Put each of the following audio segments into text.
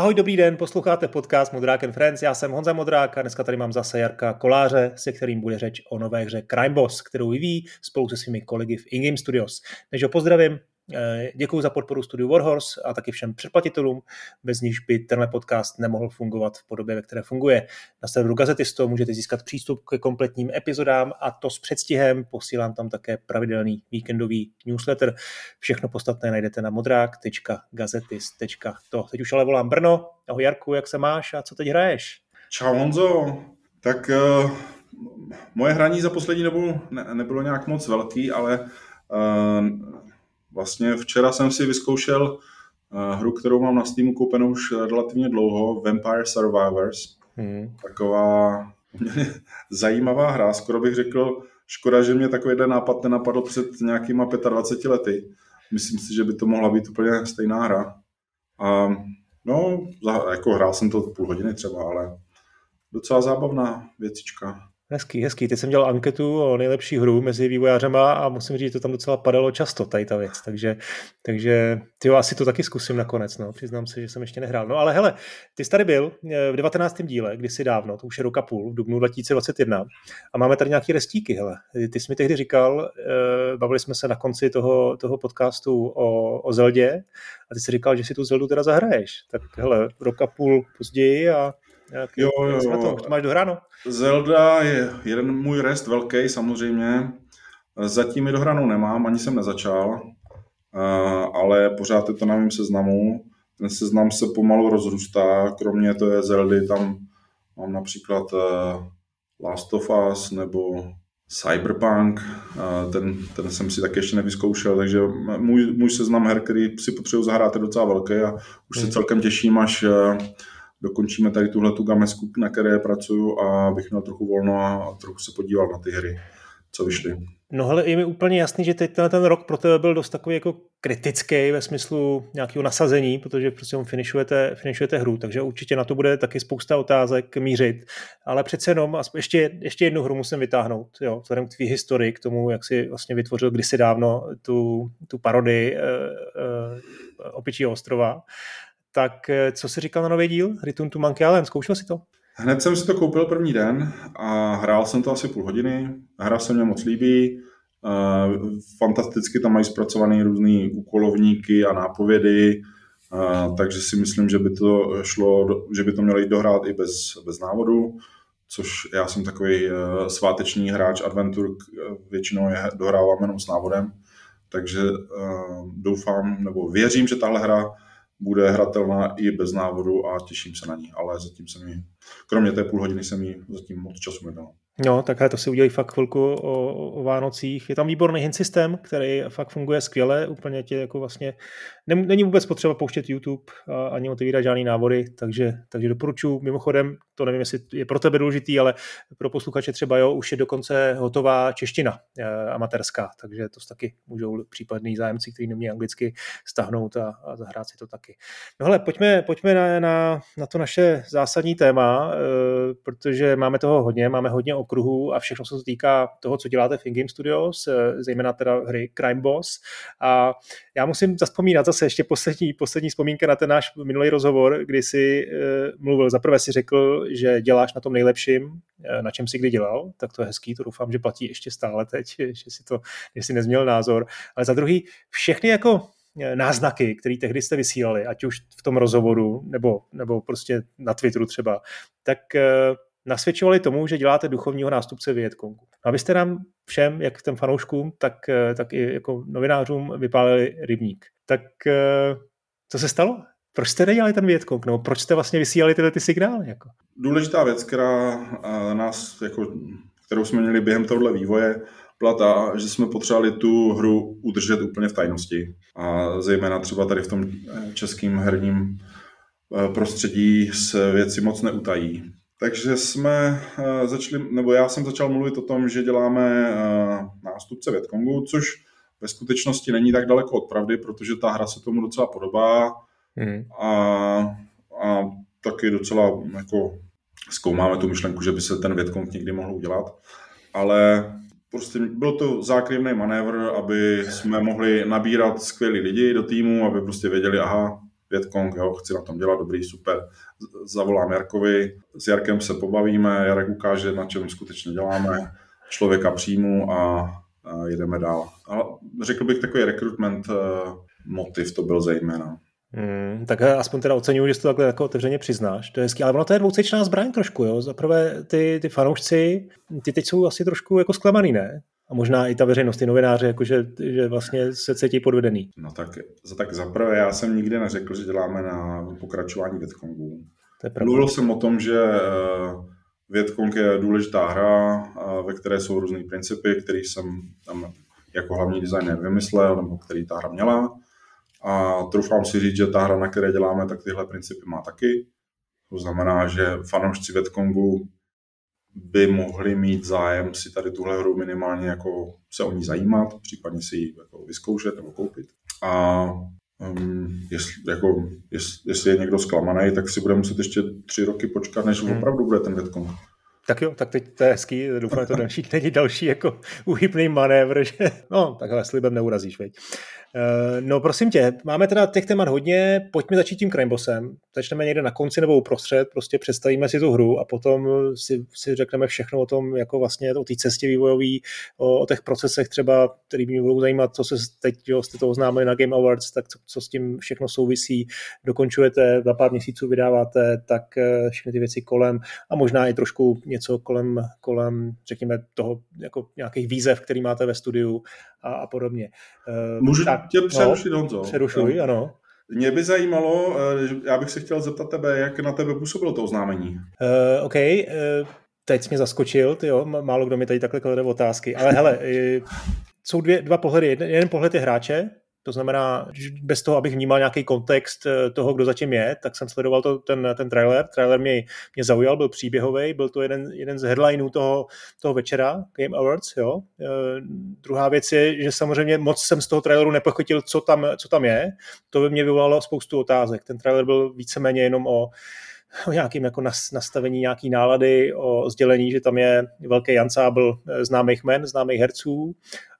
Ahoj, dobrý den, posloucháte podcast Modrák and Friends, já jsem Honza Modrák a dneska tady mám zase Jarka Koláře, se kterým bude řeč o nové hře Crime Boss, kterou vyvíjí spolu se svými kolegy v InGame Studios. Než ho pozdravím, děkuji za podporu studiu Warhorse a taky všem předplatitelům, bez nichž by tenhle podcast nemohl fungovat v podobě, ve které funguje. Na serveru Gazetisto můžete získat přístup ke kompletním epizodám a to s předstihem, posílám tam také pravidelný víkendový newsletter. Všechno podstatné najdete na modrák.gazetis.to. Teď už ale volám Brno. Ahoj Jarku, jak se máš a co teď hraješ? Čau Honzo, tak moje hraní za poslední dobu nebylo nějak moc velký, ale vlastně včera jsem si vyzkoušel hru, kterou mám na Steamu koupenou už relativně dlouho, Vampire Survivors. Taková zajímavá hra, skoro bych řekl, škoda, že mě takovýhle nápad nenapadl před nějakýma 25 lety. Myslím si, že by to mohla být úplně stejná hra. Jako hrál jsem to půl hodiny třeba, ale docela zábavná věcička. Hezký. Teď jsem dělal anketu o nejlepší hru mezi vývojářema a musím říct, že to tam docela padalo často, tady ta věc. Takže tyjo, asi to taky zkusím nakonec, no. Přiznám se, že jsem ještě nehrál. No ale hele, ty jsi tady byl v 19. díle, kdysi dávno, to už je roka půl, v dubnu 2021 a máme tady nějaký restíky, hele. Ty jsi mi tehdy říkal, bavili jsme se na konci toho podcastu o Zeldě a ty jsi říkal, že si tu Zeldu teda zahraješ. Tak hele, roka půl později a Jo. To máš dohráno? Zelda je jeden můj rest velký samozřejmě. Zatím ji dohranou nemám, ani jsem nezačal, ale pořád je to na mém seznamu. Ten seznam se pomalu rozrůstá, kromě toho Zeldy tam mám například Last of Us nebo Cyberpunk, ten jsem si taky ještě nevyzkoušel, takže můj seznam her, který si potřebuji zahrát, je docela velký a už se celkem těším, až dokončíme tady tuhletu gamesku, na které pracuju a bych měl trochu volno a trochu se podíval na ty hry, co vyšly. No hele, je mi úplně jasný, že teď ten rok pro tebe byl dost takový jako kritický ve smyslu nějakého nasazení, protože prostě finišujete hru, takže určitě na to bude taky spousta otázek mířit, ale přece jenom ještě jednu hru musím vytáhnout, jo, vzhledem k tvý historii, k tomu, jak jsi vlastně vytvořil kdysi dávno tu parodii Opičího ostrova. Tak co jsi říkal na nový díl? Return to Monkey Island, zkoušel jsi to? Hned jsem si to koupil první den a hrál jsem to asi půl hodiny. Hra se mě moc líbí. Fantasticky tam mají zpracované různý úkolovníky a nápovědy, takže si myslím, že by to mělo jít dohrát i bez návodu, což já jsem takový sváteční hráč adventur, většinou je dohrávám jenom s návodem, takže doufám, nebo věřím, že tahle hra bude hratelná i bez návodu a těším se na ní, ale zatím kromě té půl hodiny jsem jí zatím moc času nedal. No, takhle to si udělají fakt chvilku o Vánocích. Je tam výborný hint systém, který fakt funguje skvěle, úplně tě jako vlastně není vůbec potřeba pouštět YouTube a ani otevírat žádný návody, takže doporučuji. Mimochodem, to nevím, jestli je pro tebe důležitý, ale pro posluchače třeba už je dokonce hotová čeština amatérská, takže to taky můžou případný zájemci, kteří nemějí anglicky, stáhnout a zahrát si to taky. No hele, pojďme na to naše zásadní téma, protože máme toho hodně, máme hodně okruhů a všechno se to týká toho, co děláte v InGame Studios, zejména teda hry Crime Boss. A já musím zazpomínat zase ještě poslední vzpomínka na ten náš minulý rozhovor, kdy jsi mluvil, zaprvé si řekl, že děláš na tom nejlepším, na čem jsi kdy dělal, tak to je hezký, to doufám, že platí ještě stále teď, že jsi nezměnil názor. Ale za druhý, všechny jako náznaky, které tehdy jste vysílali, ať už v tom rozhovoru, nebo prostě na Twitteru třeba, tak nasvědčovali tomu, že děláte duchovního nástupce Vietkongu. Abyste nám všem, jak těm fanouškům, tak i jako novinářům vypálili rybník. Tak co se stalo? Proč jste nedělali ten Vietkong? Nebo proč jste vlastně vysílali tyhle ty signály? Jako? Důležitá věc, kterou jsme měli během tohoto vývoje, byla ta, že jsme potřebovali tu hru udržet úplně v tajnosti. A zejména třeba tady v tom českém herním prostředí se věci moc neutají. Takže já jsem začal mluvit o tom, že děláme nástupce Vietkongu, což ve skutečnosti není tak daleko od pravdy, protože ta hra se tomu docela podobá a taky docela jako zkoumáme tu myšlenku, že by se ten Vietkong někdy mohl udělat. Ale prostě byl to zákrivný manévr, aby jsme mohli nabírat skvělý lidi do týmu, aby prostě věděli, aha, Vietcong, jo, chci na tom dělat, dobrý, super. Zavolám Jarkovi, s Jarkem se pobavíme, Jarek ukáže, na čem skutečně děláme, člověka přijmu a jedeme dál. Ale řekl bych takový recruitment motiv to byl zejména. Tak aspoň teda oceňuji, že to takhle jako otevřeně přiznáš, to je hezký, ale ono to je dvousečná zbraň trošku, jo, zaprvé ty fanoušci, ty teď jsou asi trošku jako zklamaný, ne? A možná i ta veřejnost, ty novináři, jakože že vlastně se cítí podvedený. No tak zaprvé já jsem nikdy neřekl, že děláme na pokračování Vietcongu. Mluvil jsem o tom, že Vietcong je důležitá hra, ve které jsou různý principy, který jsem tam jako hlavní designer vymyslel, nebo který ta hra měla. A troufám si říct, že ta hra, na které děláme, tak tyhle principy má taky. To znamená, že fanoušci Vietcongu by mohli mít zájem si tady tuhle hru minimálně jako se o ní zajímat, případně si ji jako vyzkoušet nebo koupit. A jestli je někdo zklamaný, tak si bude muset ještě 3 roky počkat, než opravdu bude ten Vietcong. Tak jo, tak teď to je hezký, doufám, to není další jako úhybný manévr, že no, takhle slibem neurazíš, veď. No prosím tě, máme teda těch témat hodně, pojďme začít tím Crime Bossem, začneme někde na konci nebo uprostřed, prostě představíme si tu hru a potom si řekneme všechno o tom, jako vlastně o té cestě vývojový, o těch procesech třeba, který mě budou zajímat, co se teď, jo, jste to oznámili na Game Awards, tak co s tím všechno souvisí, dokončujete, za pár měsíců vydáváte, tak všechny ty věci kolem a možná i trošku něco kolem řekněme toho jako nějakých výzev, který máte ve studiu a podobně. Můžu tě přerušit, Honzo? Přerušuj, ano. Mě by zajímalo, já bych se chtěl zeptat tebe, jak na tebe působilo to oznámení. OK, teď jsi mě zaskočil, tyjo, málo kdo mi tady takhle klade otázky, ale hele, jsou dva pohledy. Jeden pohled je hráče, to znamená, bez toho, abych vnímal nějaký kontext toho, kdo zatím je, tak jsem sledoval ten trailer. Trailer mě zaujal, byl příběhový, byl to jeden z headlineů toho večera, Game Awards. Jo. Druhá věc je, že samozřejmě moc jsem z toho traileru nepochotil, co tam je. To by mě vyvolalo spoustu otázek. Ten trailer byl víceméně jenom o nějakým jako nastavení nějaký nálady, o sdělení, že tam je velký ansábl známých men, známých herců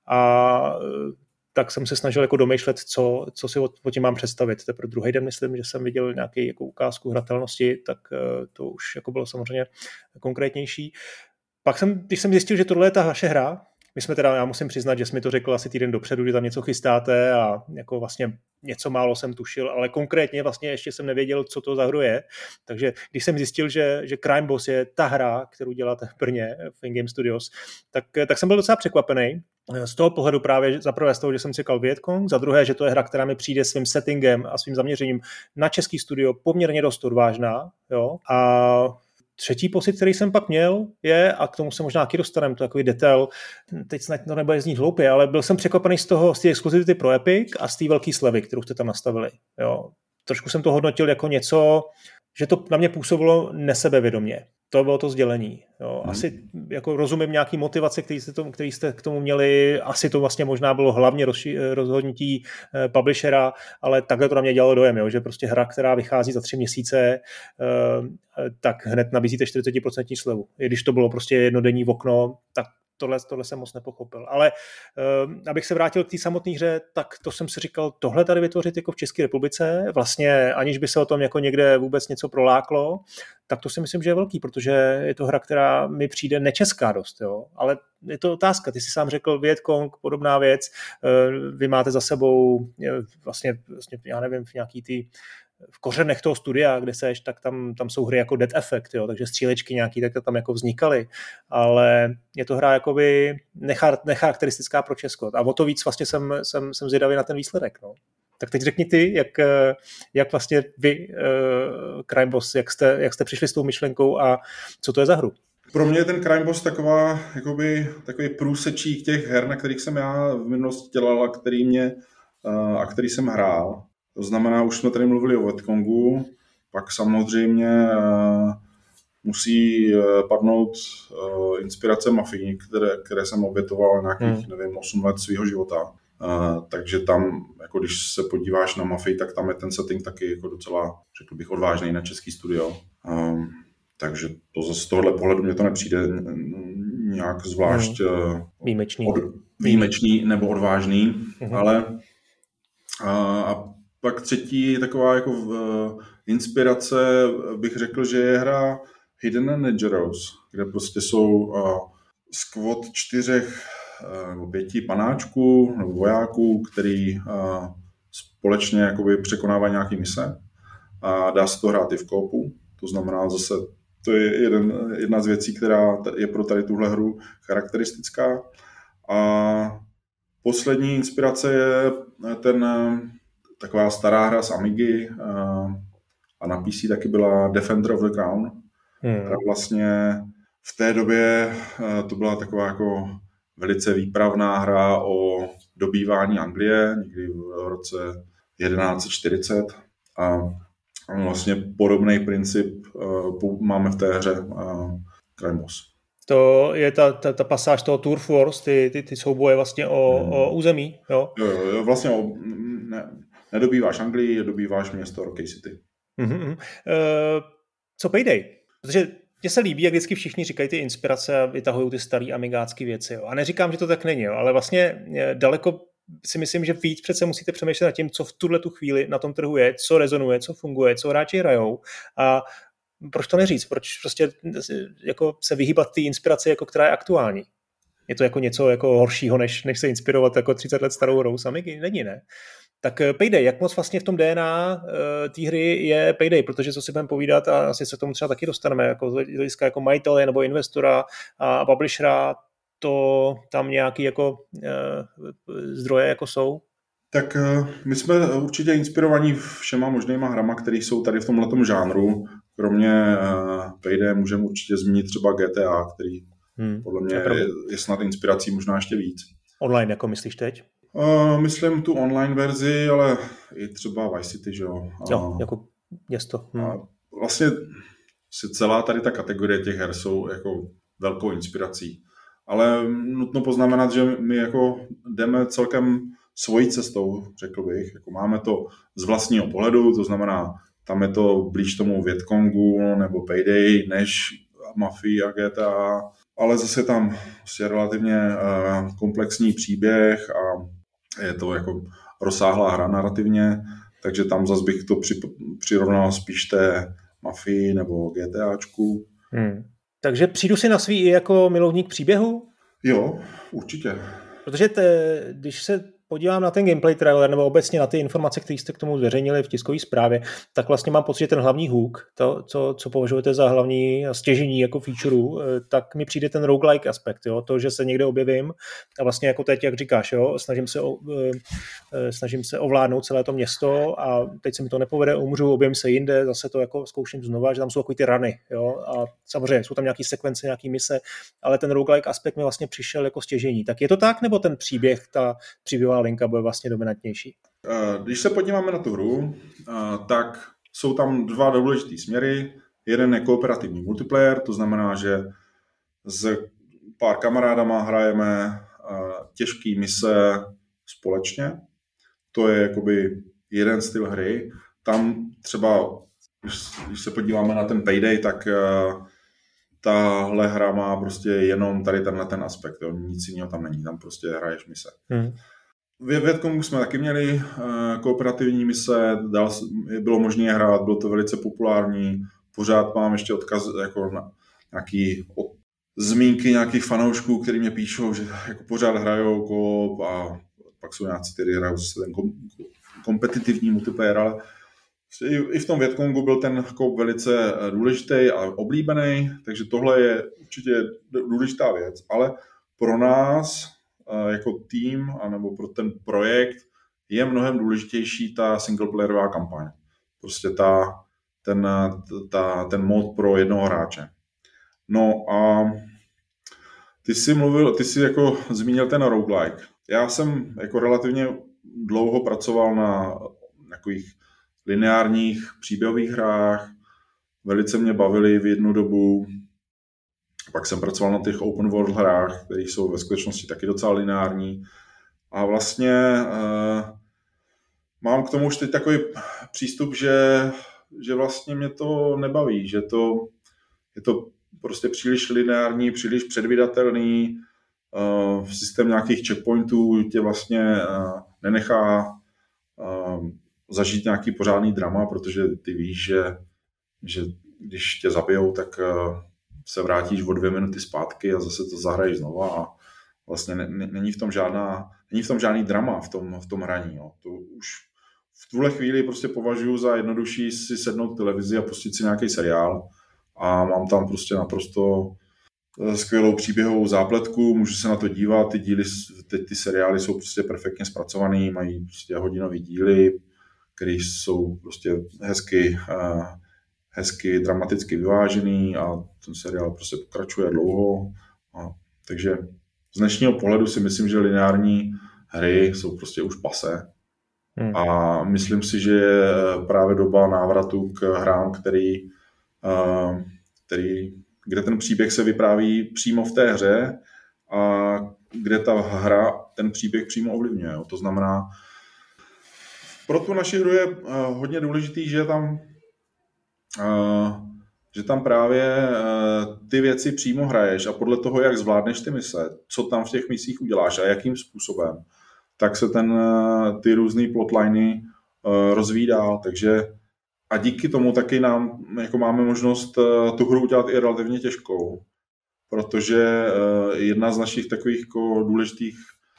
a tak jsem se snažil jako domýšlet, co si o tím mám představit. Teprve druhý den myslím, že jsem viděl nějaký jako ukázku hratelnosti, tak to už jako bylo samozřejmě konkrétnější. Pak když jsem zjistil, že tohle je ta vaše hra, já musím přiznat, že jsi mi to řekl asi týden dopředu, že tam něco chystáte a jako vlastně něco málo jsem tušil, ale konkrétně vlastně ještě jsem nevěděl, co to za hru je. Takže když jsem zjistil, že Crime Boss je ta hra, kterou děláte v Brně, v InGame Studios, tak jsem byl docela překvapený. Z toho pohledu právě za prvé z toho, že jsem čekal Vietcong, za druhé, že to je hra, která mi přijde svým settingem a svým zaměřením na český studio poměrně dost odvážná. Jo? A třetí pocit, který jsem pak měl, je, a k tomu se možná taky dostaneme, to je takový detail, teď snad to nebude znít hloupě, ale byl jsem překvapený z té exkluzivity pro Epic a z té velké slevy, kterou jste tam nastavili. Jo. Trošku jsem to hodnotil jako něco, že to na mě působilo nesebevědomě. To bylo to sdělení. Jo. Asi jako rozumím nějaký motivace, který jste k tomu měli. Asi to vlastně možná bylo hlavně rozhodnutí publishera, ale takhle to na mě dělalo dojem, jo, že prostě hra, která vychází za 3 měsíce, tak hned nabízíte 40% slevu. I když to bylo prostě jednodenní okno, tak tohle jsem moc nepochopil. Ale abych se vrátil k té samotné hře, tak to jsem si říkal, tohle tady vytvořit jako v České republice, vlastně aniž by se o tom jako někde vůbec něco proláklo, tak to si myslím, že je velký, protože je to hra, která mi přijde nečeská dost. Jo? Ale je to otázka, ty jsi sám řekl Vietcong, podobná věc, vy máte za sebou vlastně já nevím, v nějaký v kořenech toho studia, kde seš, tak tam jsou hry jako Dead Effect, jo, takže střílečky nějaký, tak tam jako vznikaly, ale je to hra jakoby necharakteristická pro Česko a o to víc vlastně jsem zvědavý na ten výsledek, no. Tak teď řekni ty, jak vlastně vy, Crime Boss, jak jste přišli s tou myšlenkou a co to je za hru? Pro mě je ten Crime Boss takový průsečík těch her, na kterých jsem já v minulosti dělal a který jsem hrál. To znamená, už jsme tady mluvili o Vietcongu, pak samozřejmě musí padnout inspirace Mafii, které jsem obětoval nějakých, 8 let svého života. Takže tam, jako když se podíváš na Mafii, tak tam je ten setting taky jako docela, řekl bych, odvážný na český studio. Takže to z tohohle pohledu mě to nepřijde nějak zvlášť výjimečný nebo odvážný, ale Pak třetí taková jako inspirace, bych řekl, že je hra Hidden and Dangerous, kde prostě jsou squad 4 nebo 5 panáčků nebo vojáků, který společně jakoby překonávají nějaký mise a dá se to hrát i v koopu. To znamená zase, to je jedna z věcí, která je pro tady tuhle hru charakteristická. A poslední inspirace je taková stará hra z Amigy a na PC taky byla Defender of the Crown. Která vlastně v té době to byla taková jako velice výpravná hra o dobývání Anglie, někdy v roce 1140 a vlastně podobný princip máme v té hře Krymos. To je ta pasáž toho Tour Force, ty souboje vlastně o území, jo? Jo, vlastně nedobýváš Anglii, dobýváš město Rocky City. Co Payday? Protože mně se líbí, jak vždycky všichni říkají ty inspirace a vytahují ty staré amigácké věci. Jo? A neříkám, že to tak není, jo? Ale vlastně daleko si myslím, že víc přece musíte přemýšlet nad tím, co v tuhle tu chvíli na tom trhu je, co rezonuje, co funguje, co hráči hrajou a proč to neříct? Proč prostě jako se vyhýbat té inspiraci, jako která je aktuální? Je to jako něco jako horšího, než se inspirovat jako 30 let starou hrou z Amigy? Není, ne? Tak Payday, jak moc vlastně v tom DNA té hry je Payday, protože co si budeme povídat a asi se k tomu třeba taky dostaneme, jako z hlediska jako majitele nebo investora a publishera, to tam nějaký jako zdroje jako jsou? Tak my jsme určitě inspirovaní všema možnýma hrama, které jsou tady v tomhletom žánru. Kromě Payday můžeme určitě zmínit třeba GTA, který podle mě je snad inspirací možná ještě víc. Online, jako myslíš teď? Myslím tu online verzi, ale i třeba Vice City, že jo. Jo, jako město. Vlastně si celá tady ta kategorie těch her jsou jako velkou inspirací. Ale nutno poznamenat, že my jako jdeme celkem svojí cestou, řekl bych. Jako máme to z vlastního pohledu, to znamená, tam je to blíž tomu Vietcongu nebo Payday než Mafii a GTA, ale zase tam je relativně komplexní příběh a je to jako rozsáhlá hra narrativně, takže tam zase bych to přirovnal spíš té Mafii nebo GTAčku. Takže přijdu si na svý i jako milovník příběhu? Jo, určitě. Protože když se podívám na ten gameplay trailer nebo obecně na ty informace, které jste k tomu zveřejnili v tiskové zprávě, tak vlastně mám pocit, že ten hlavní hook, to, co považujete za hlavní stěžení jako featureu, tak mi přijde ten roguelike aspekt, jo? To, že se někde objevím a vlastně jako teď, jak říkáš, jo? Snažím se ovládnout celé to město a teď se mi to nepovede, umřu, objevím se jinde, zase to jako zkouším znova, že tam jsou takový ty rany, jo? A samozřejmě jsou tam nějaký sekvence, nějaký mise, ale ten roguelike aspekt mi vlastně přišel jako stěžení. Tak je to tak, nebo ten příběh, ta příběhová linka bude vlastně dominantnější? Když se podíváme na tu hru, tak jsou tam dva důležitý směry. Jeden je kooperativní multiplayer, to znamená, že s pár kamarádama hrajeme těžké mise společně. To je jakoby jeden styl hry. Tam třeba, když se podíváme na ten Payday, tak tahle hra má prostě jenom tady ten aspekt. Jo. Nic jiného tam není, tam prostě hraješ mise. V Vietcongu jsme taky měli kooperativní mise, bylo možné hrát, bylo to velice populární. Pořád mám ještě odkaz jako na nějaký zmínky nějakých fanoušků, kteří mě píšou, že jako pořád hrajou koop a pak jsou nějací, kteří hrajou zase ten kompetitivní multiplayer, ale i v tom Vietcongu byl ten koop velice důležitý a oblíbený, takže tohle je určitě důležitá věc, ale pro nás jako tým anebo pro ten projekt je mnohem důležitější ta singleplayerová kampaň. Prostě ten mod pro jednoho hráče. No a ty jsi jako zmínil ten roguelike. Já jsem jako relativně dlouho pracoval na takových lineárních příběhových hrách. Velice mě bavily v jednu dobu. Pak jsem pracoval na těch open world hrách, které jsou ve skutečnosti taky docela lineární. A vlastně mám k tomu už teď takový přístup, že vlastně mě to nebaví, že je to prostě příliš lineární, příliš předvídatelný. Systém nějakých checkpointů tě vlastně nenechá zažít nějaký pořádný drama, protože ty víš, že když tě zabijou, tak se vrátíš o 2 minuty zpátky a zase to zahraješ znova a vlastně není v tom žádný drama v tom hraní. Jo. To už v tuhle chvíli prostě považuji za jednodušší si sednout k televizi a pustit si nějaký seriál a mám tam prostě naprosto skvělou příběhovou zápletku, můžu se na to dívat, ty seriály jsou prostě perfektně zpracovaný, mají prostě hodinový díly, které jsou prostě hezky dramaticky vyvážený a ten seriál prostě pokračuje dlouho. Takže z dnešního pohledu si myslím, že lineární hry jsou prostě už pase. A myslím si, že je právě doba návratu k hrám, kde ten příběh se vypráví přímo v té hře a kde ta hra ten příběh přímo ovlivňuje. To znamená, pro tu naši hru je hodně důležitý, že tam právě ty věci přímo hraješ a podle toho, jak zvládneš ty mise, co tam v těch misích uděláš a jakým způsobem, tak se ty různý plotliny rozvíjí dál. Takže a díky tomu taky nám jako máme možnost tu hru udělat i relativně těžkou, protože jedna z našich takových jako důležitých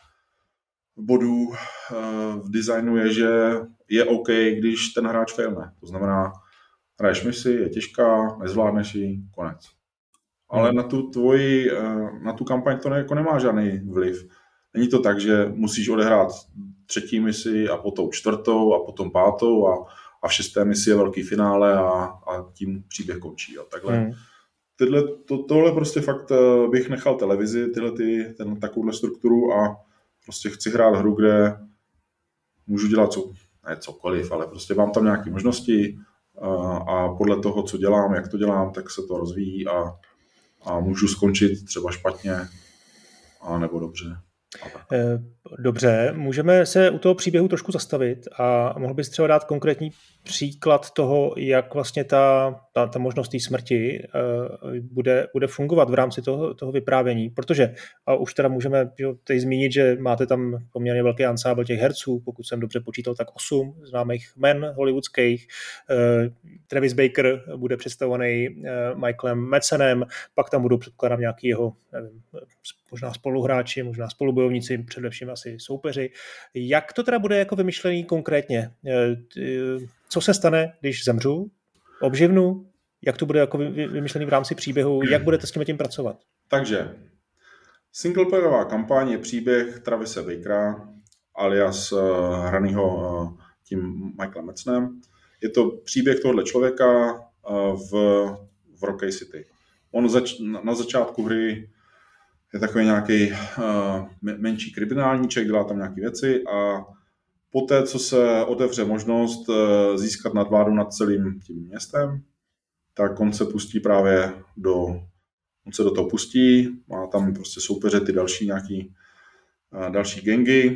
bodů v designu je, že je OK, když ten hráč failne. To znamená, hraješ misi, je těžká, nezvládneš ji, konec. Ale na tu kampaň to jako nemá žádný vliv. Není to tak, že musíš odehrát 3. misi a potom 4. a potom 5. a v 6. misi je velký finále a tím příběh končí. A takhle. Tohle prostě fakt bych nechal televizi, takovouhle strukturu a prostě chci hrát hru, kde můžu dělat cokoliv, ale prostě mám tam nějaké možnosti a podle toho, co dělám, jak to dělám, tak se to rozvíjí a můžu skončit třeba špatně a nebo dobře. Dobře, můžeme se u toho příběhu trošku zastavit a mohl bys třeba dát konkrétní příklad toho, jak vlastně ta možnost té smrti bude fungovat v rámci toho vyprávění, protože a už teda můžeme tady zmínit, že máte tam poměrně velký ansábl těch herců, pokud jsem dobře počítal, tak 8 známých men hollywoodských. Travis Baker bude představovaný Michaelem Madsenem, pak tam budou předkládat nějaký jeho, nevím, možná spoluhráči, možná spolubojovníci, především asi soupeři. Jak to teda bude jako vymyšlený konkrétně? Co se stane, když zemřu, obživnu? Jak to bude jako vymyšlený v rámci příběhu? Jak budete s tím pracovat? Takže singleplayerová kampaň je příběh Travise Bakera alias hranýho tím Michaelem Madsenem. Je to příběh tohoto člověka v Rocky City. On na začátku hry je takový nějaký menší kriminálníček, dělá tam nějaké věci a poté, co se otevře možnost získat nadvládu nad celým tím městem, tak on se pustí on se do toho pustí, má tam prostě soupeře ty další gangy,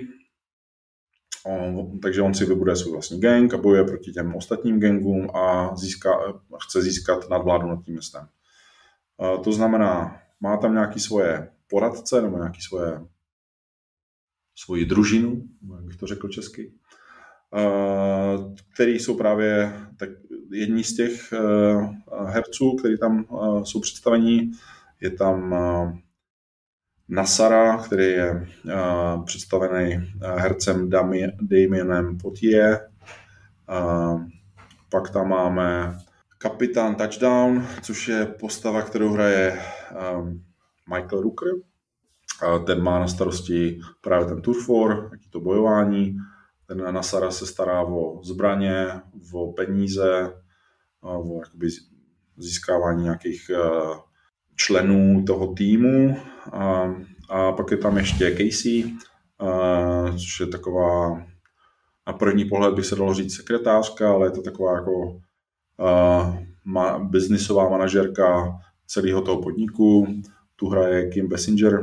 takže on si vybuduje svůj vlastní gang a bojuje proti těm ostatním gangům a chce získat nadvládu nad tím městem. To znamená, má tam nějaké svoje poradce nebo nějaké svoji družinu, jak bych to řekl česky, který jsou právě tak jedni z těch herců, kteří tam jsou představení. Je tam Nassara, který je představený hercem Damienem Poitier. Pak tam máme kapitán Touchdown, což je postava, kterou hraje Michael Rooker. Ten má na starosti právě ten Turf War, jaký to bojování. Ten Nassara se stará o zbraně, o peníze, o jakoby získávání nějakých členů toho týmu. A pak je tam ještě Casey, což je taková, na první pohled bych se dalo říct sekretářka, ale je to taková jako biznisová manažerka celého toho podniku. Tu hraje Kim Basinger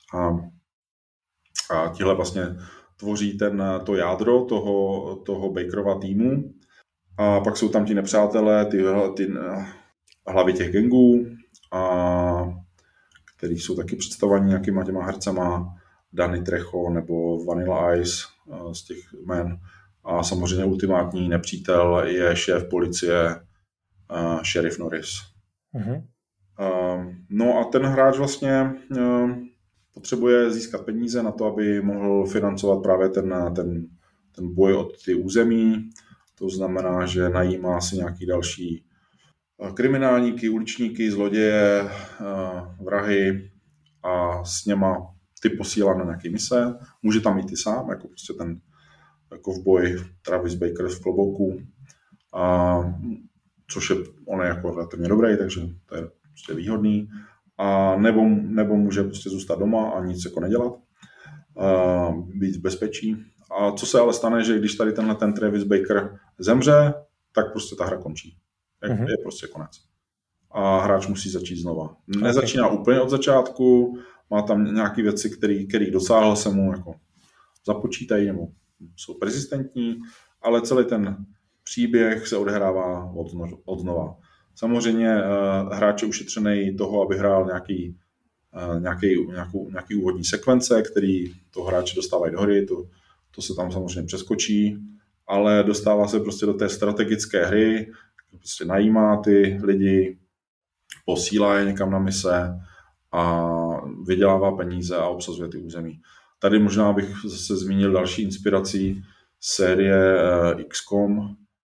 a tihle vlastně tvoří to jádro toho Bakerova týmu. A pak jsou tam ti nepřátelé, ty hlavy těch gangů, který jsou taky představení nějakýma těma hercema, Danny Trejo nebo Vanilla Ice z těch jmen. a samozřejmě ultimátní nepřítel je šéf policie Sheriff Norris. No a ten hráč vlastně potřebuje získat peníze na to, aby mohl financovat právě ten boj o ty území. To znamená, že najímá si nějaký další kriminálníky, uličníky, zloděje, vrahy a s něma ty posílá na nějaké mise. Může tam jít i sám, jako prostě ten kovboj Travis Baker v klobouku. Což on je jako relativně dobrý, takže to je prostě výhodný. A nebo může prostě zůstat doma a nic jako nedělat. Být v bezpečí. A co se ale stane, že když tady ten Travis Baker zemře, tak prostě ta hra končí. Je prostě konec. A hráč musí začít znova. Nezačíná úplně od začátku, má tam nějaké věci, který dosáhl, se mu jako započítají nebo jsou persistentní, ale celý ten příběh se odehrává od znova. Samozřejmě hráč je ušetřený toho, aby hrál nějaký úvodní sekvence, který to hráče dostávají do hry, to se tam samozřejmě přeskočí, ale dostává se prostě do té strategické hry, prostě najímá ty lidi, posílá je někam na mise a vydělává peníze a obsazuje ty území. Tady možná bych zase zmínil další inspirací série XCOM.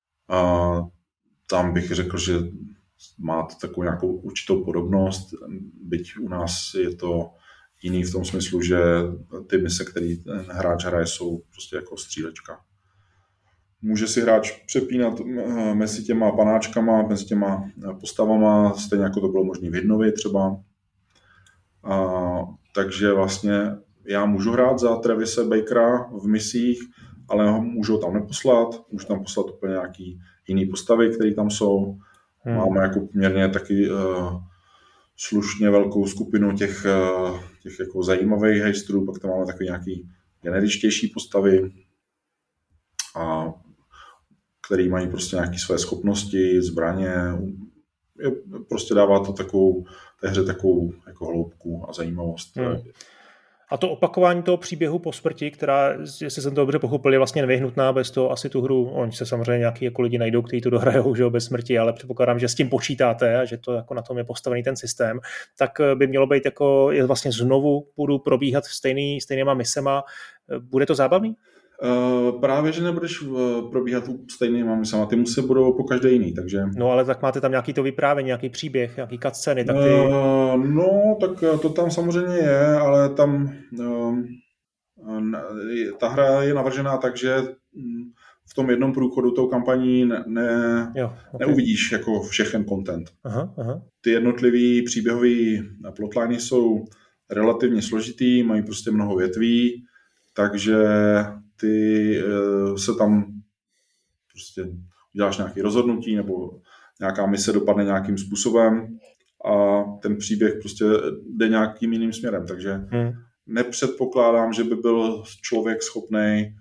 Tam bych řekl, že má to takovou nějakou určitou podobnost, byť u nás je to jiný v tom smyslu, že ty mise, které ten hráč hraje, jsou prostě jako střílečka. Může si hráč přepínat mezi těma panáčkama, mezi těma postavama, stejně jako to bylo možné v Hidnovi třeba. Takže vlastně já můžu hrát za Travise Bakera v misích, ale můžu ho tam neposlat, můžu tam poslat úplně nějaký jiný postavy, které tam jsou. Máme jako poměrně taky slušně velkou skupinu těch jako zajímavých hejstrů, pak tam máme takový nějaký generičtější postavy, který mají prostě nějaké své schopnosti, zbraně. Prostě dává to té hře takovou jako hloubku a zajímavost. A to opakování toho příběhu po smrti, která, jestli jsem to dobře pochopil, je vlastně nevyhnutná, bez toho asi tu hru, oni se samozřejmě nějaký jako lidi najdou, kteří to dohrajou, že jo, bez smrti, ale předpokládám, že s tím počítáte a že to jako na tom je postavený ten systém, tak by mělo být jako, je vlastně znovu budu probíhat stejnýma misema. Bude to zábavný? Právě, že nebudeš probíhat stejnýma misama, ty musí budou po každé jiný, takže... No, ale tak máte tam nějaký to vyprávění, nějaký příběh, nějaký cutscény, tak ty... No, tak to tam samozřejmě je, ale tam ta hra je navržená tak, že v tom jednom průchodu tou kampaní neuvidíš jako všechen content. Aha. Ty jednotlivý příběhový plotliny jsou relativně složitý, mají prostě mnoho větví, takže ty se tam prostě uděláš nějaké rozhodnutí nebo nějaká mise dopadne nějakým způsobem a ten příběh prostě jde nějakým jiným směrem, takže nepředpokládám, že by byl člověk schopný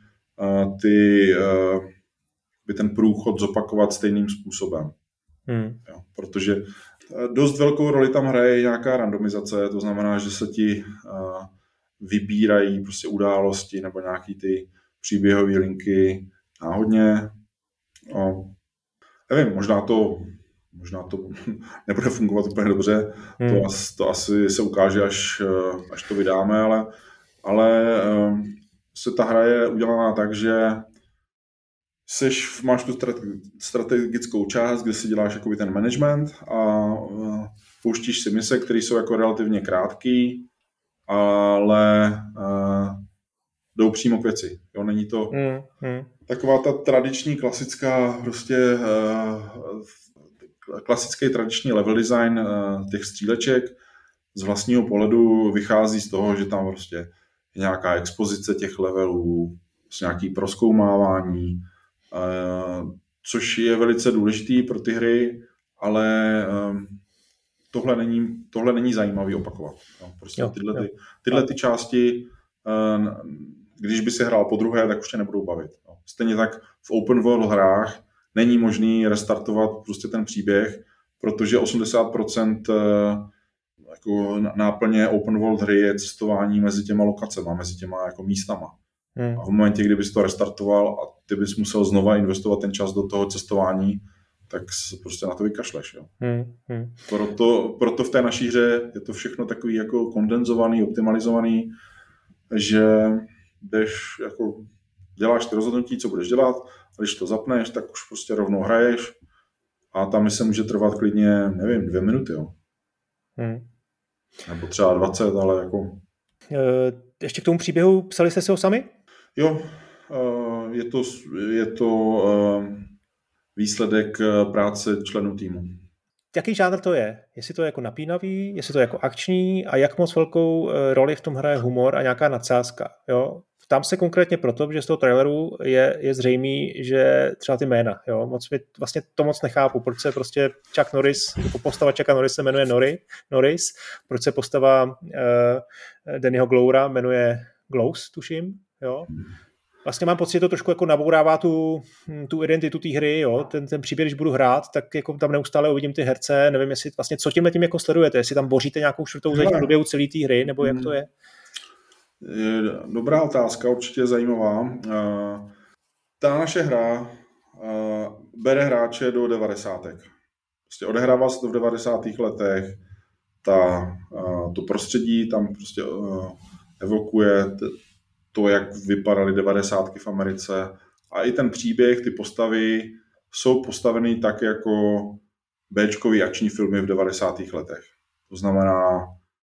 ten průchod zopakovat stejným způsobem. Jo, protože dost velkou roli tam hraje nějaká randomizace, to znamená, že se ti vybírají prostě události nebo nějaký ty příběhové linky náhodně. Nevím, možná to nebude fungovat úplně dobře, to asi se ukáže, až to vydáme, ale se ta hra je udělaná tak, že máš tu strategickou část, kde si děláš jakoby ten management a pouštíš si mise, které jsou jako relativně krátký, ale jdou přímo k věci. Jo, není to taková ta tradiční klasická prostě klasický tradiční level design těch stříleček z vlastního pohledu vychází z toho, že tam prostě je nějaká expozice těch levelů, nějaký prozkoumávání, což je velice důležitý pro ty hry, ale tohle není zajímavý opakovat. No, prostě tyhle ty části, když by se hrál podruhé, tak už tě nebudou bavit. No. Stejně tak v open world hrách není možný restartovat prostě ten příběh, protože 80% jako náplně open world hry je cestování mezi těma lokacema, mezi těma jako místama. A v momentě, kdybys to restartoval a ty bys musel znova investovat ten čas do toho cestování, tak se prostě na to vykašleš. Jo. Proto v té naší hře je to všechno takový jako kondenzovaný, optimalizovaný, že děláš ty rozhodnutí, co budeš dělat, a když to zapneš, tak už prostě rovnou hraješ a ta mise může trvat klidně, nevím, 2 minuty. Jo. Nebo třeba 20, ale jako... Ještě k tomu příběhu, psali jste si ho sami? Jo, je to výsledek práce členů týmu. Jaký žánr to je? Jestli to je jako napínavý, jestli to je jako akční a jak moc velkou roli v tom hraje humor a nějaká nadsázka? Jo? Ptám se konkrétně proto, že z toho traileru je zřejmý, že třeba ty jména, jo? Vlastně to moc nechápu, proč se prostě Chuck Norris, jako postava Chucka Norris se jmenuje Norris, proč se postava Dannyho Glowera jmenuje Glows, tuším, jo? Vlastně mám pocit, že to trošku jako nabourává tu identitu té hry, jo? Ten příběh, když budu hrát, tak jako tam neustále uvidím ty herce, nevím, jestli vlastně, co tím jako sledujete, jestli tam boříte nějakou čtvrtou zeď v průběhu celé té hry, nebo jak to je? Dobrá otázka, určitě zajímavá. Ta naše hra bere hráče do 90. Prostě odehrává se to v 90. letech, to prostředí tam prostě evokuje to, jak vypadaly 90. v Americe a i ten příběh, ty postavy jsou postaveny tak jako béčkový akční filmy v 90. letech. To znamená,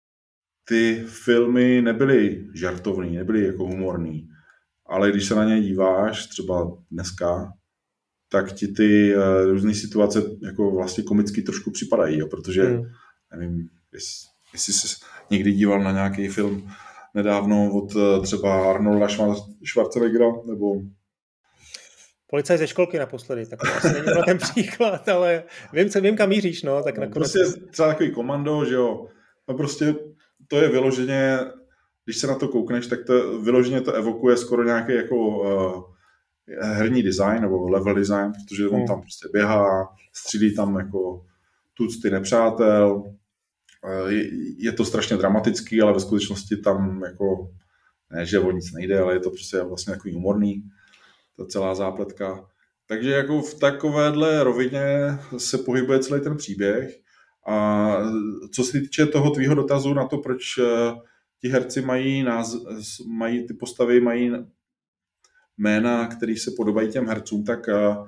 ty filmy nebyly žartovný, nebyly jako humorný, ale když se na ně díváš, třeba dneska, tak ti ty různé situace jako vlastně komicky trošku připadají, jo, protože nevím, jestli jsi někdy díval na nějaký film nedávno od třeba Arnolda Schwarzeneggera, nebo... Policaj ze školky naposledy, tak to asi není ten příklad, ale vím, kam míříš, no. Tak nakonec... Prostě třeba takový Komando, že jo, no prostě to je vyloženě, když se na to koukneš, tak to vyloženě to evokuje skoro nějaký jako herní design nebo level design, protože on tam prostě běhá, střílí tam jako tucty nepřátel, je to strašně dramatický, ale ve skutečnosti tam jako, ne, že o nic nejde, ale je to prostě vlastně takový humorný, ta celá zápletka. Takže jako v takovéhle rovině se pohybuje celý ten příběh. A co se týče toho tvýho dotazu na to, proč ti herci mají ty postavy, mají jména, které se podobají těm hercům, tak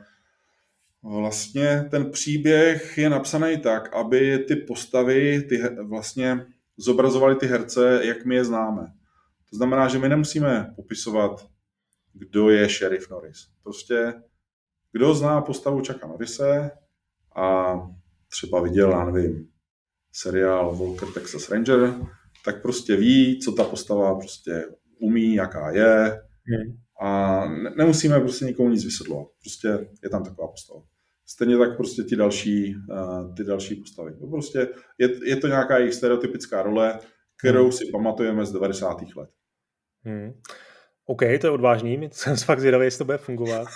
vlastně ten příběh je napsaný tak, aby ty postavy vlastně zobrazovaly ty herce, jak my je známe. To znamená, že my nemusíme popisovat, kdo je Sheriff Norris. Prostě kdo zná postavu Chucka Norrise a třeba viděl, já nevím, seriál Walker Texas Ranger, tak prostě ví, co ta postava prostě umí, jaká je a nemusíme prostě nikomu nic vysvětlovat. Prostě je tam taková postava. Stejně tak prostě ty další postavy. To prostě je to nějaká jejich stereotypická role, kterou si pamatujeme z 90. let. OK, to je odvážný, jsem fakt zvědavý, jestli to bude fungovat.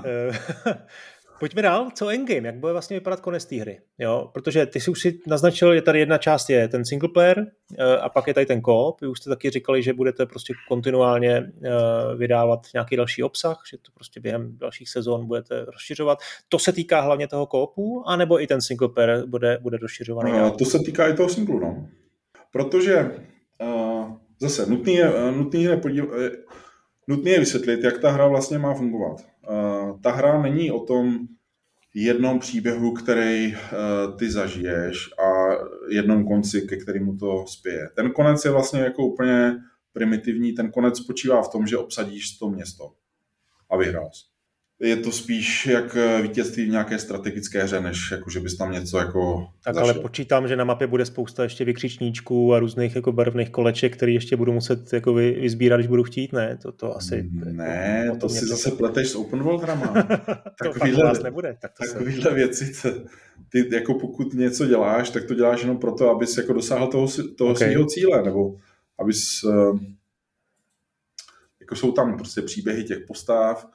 Pojďme dál, co endgame, jak bude vlastně vypadat konec té hry, jo? Protože ty si už si naznačil, že tady jedna část je ten single player a pak je tady ten co-op, vy už jste taky říkali, že budete prostě kontinuálně vydávat nějaký další obsah, že to prostě během dalších sezon budete rozšiřovat. To se týká hlavně toho co-opu, anebo i ten single player bude rozšiřovaný? To se týká i toho singlu, no. Protože zase nutný je vysvětlit, jak ta hra vlastně má fungovat. Ta hra není o tom jednom příběhu, který ty zažiješ a jednom konci, ke kterému to spěje. Ten konec je vlastně jako úplně primitivní. Ten konec spočívá v tom, že obsadíš to město a vyhrál jsi. Je to spíš jak vítězství v nějaké strategické hře, než jako, že bys tam něco jako tak zašel. Ale počítám, že na mapě bude spousta ještě vykřičníčků a různých jako barevných koleček, které ještě budu muset jako vyzbírat, když budu chtít, ne? To asi... Ne, to si zase pleteš s open world hrama. To fakt u vás nebude. Takovýhle věci, ty jako pokud něco děláš, tak to děláš jenom proto, abys jako dosáhl toho svého cíle, nebo abys... Jako jsou tam prostě příběhy těch postav,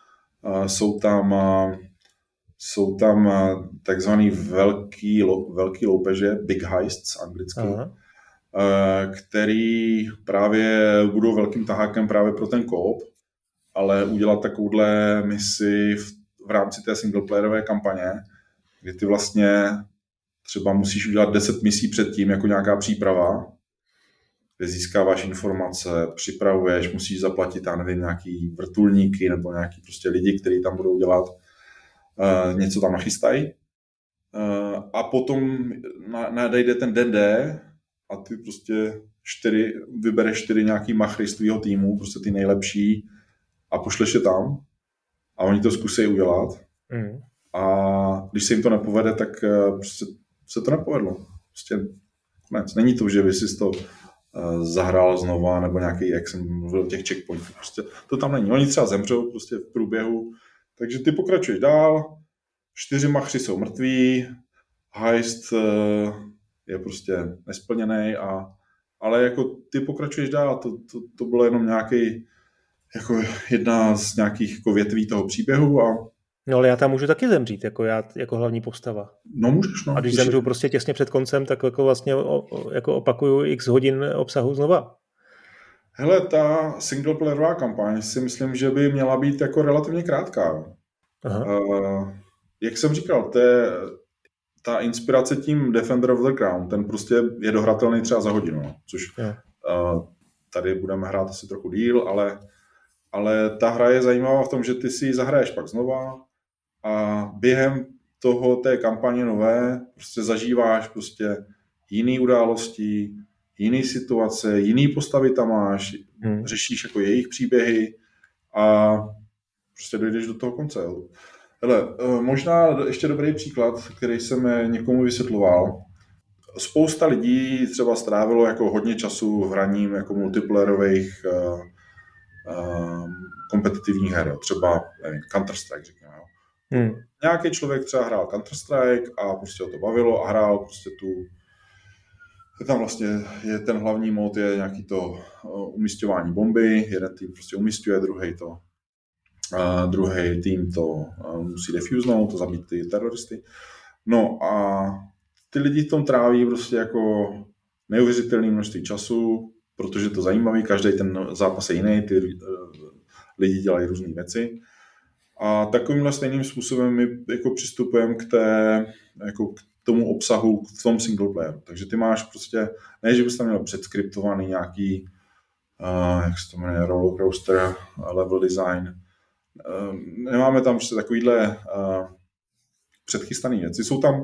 jsou tam takzvaný velký loupeže, big heists anglicky, který právě budou velkým tahákem právě pro ten co-op. ale udělat takovouhle misi v rámci té singleplayerové kampaně, kdy ty vlastně třeba musíš udělat 10 misí předtím jako nějaká příprava, kde získáváš informace, připravuješ, musíš zaplatit, já nevím, nějaký vrtulníky nebo nějaký prostě lidi, kteří tam budou dělat, něco tam nachystají. A potom nadejde ten den D a ty prostě vybereš 4 nějaký machry z tvýho týmu, prostě ty nejlepší a pošleš je tam a oni to zkusí udělat. A když se jim to nepovede, tak prostě se to nepovedlo. Prostě konec. Není to, že by si to zahrál znova, nebo nějaký, jak jsem mluvil, těch checkpointů. Prostě to tam není. Oni třeba zemřou prostě v průběhu. Takže ty pokračuješ dál, 4 machři jsou mrtví, heist je prostě nesplněný, ale jako ty pokračuješ dál. To bylo jenom nějaký, jako jedna z nějakých jako větví toho příběhu a no ale já tam můžu taky zemřít, jako já, jako hlavní postava. No můžeš, no. A když zemřu prostě těsně před koncem, tak jako vlastně jako opakuju x hodin obsahu znova. Hele, ta singleplayerová kampaň si myslím, že by měla být jako relativně krátká. Jak jsem říkal, ta inspirace tím Defender of the Crown, ten prostě je dohratelný třeba za hodinu, což tady budeme hrát asi trochu díl, ale ta hra je zajímavá v tom, že ty si ji zahraješ pak znova a během té kampaně nové prostě zažíváš prostě jiný události, jiný situace, jiný postavy tam máš, řešíš jako jejich příběhy a prostě dojdeš do toho konce. Hele, možná ještě dobrý příklad, který jsem někomu vysvětloval. Spousta lidí třeba strávilo jako hodně času v hraním jako multiplayerových kompetitivních her, třeba nevím, Counter-Strike, řekněme. Nějaký člověk třeba hrál Counter-Strike a prostě ho to bavilo a hrál prostě tam vlastně je ten hlavní mod, je nějaký to umisťování bomby, jeden tým prostě umistuje, druhý tým to musí defusenout, to zabít ty teroristy. No a ty lidi v tom tráví prostě jako neuvěřitelné množství času, protože je to zajímavý, každý ten zápas je jiný, ty lidi dělají různé věci. A takovýmhle stejným způsobem my jako přistupujeme k tomu obsahu v tom singleplayeru. Takže ty máš prostě, ne, že bys tam měl předskriptovaný nějaký, jak se to jmenuje, rollercoaster, level design. Nemáme tam prostě takovýhle předchystané věci. Jsou tam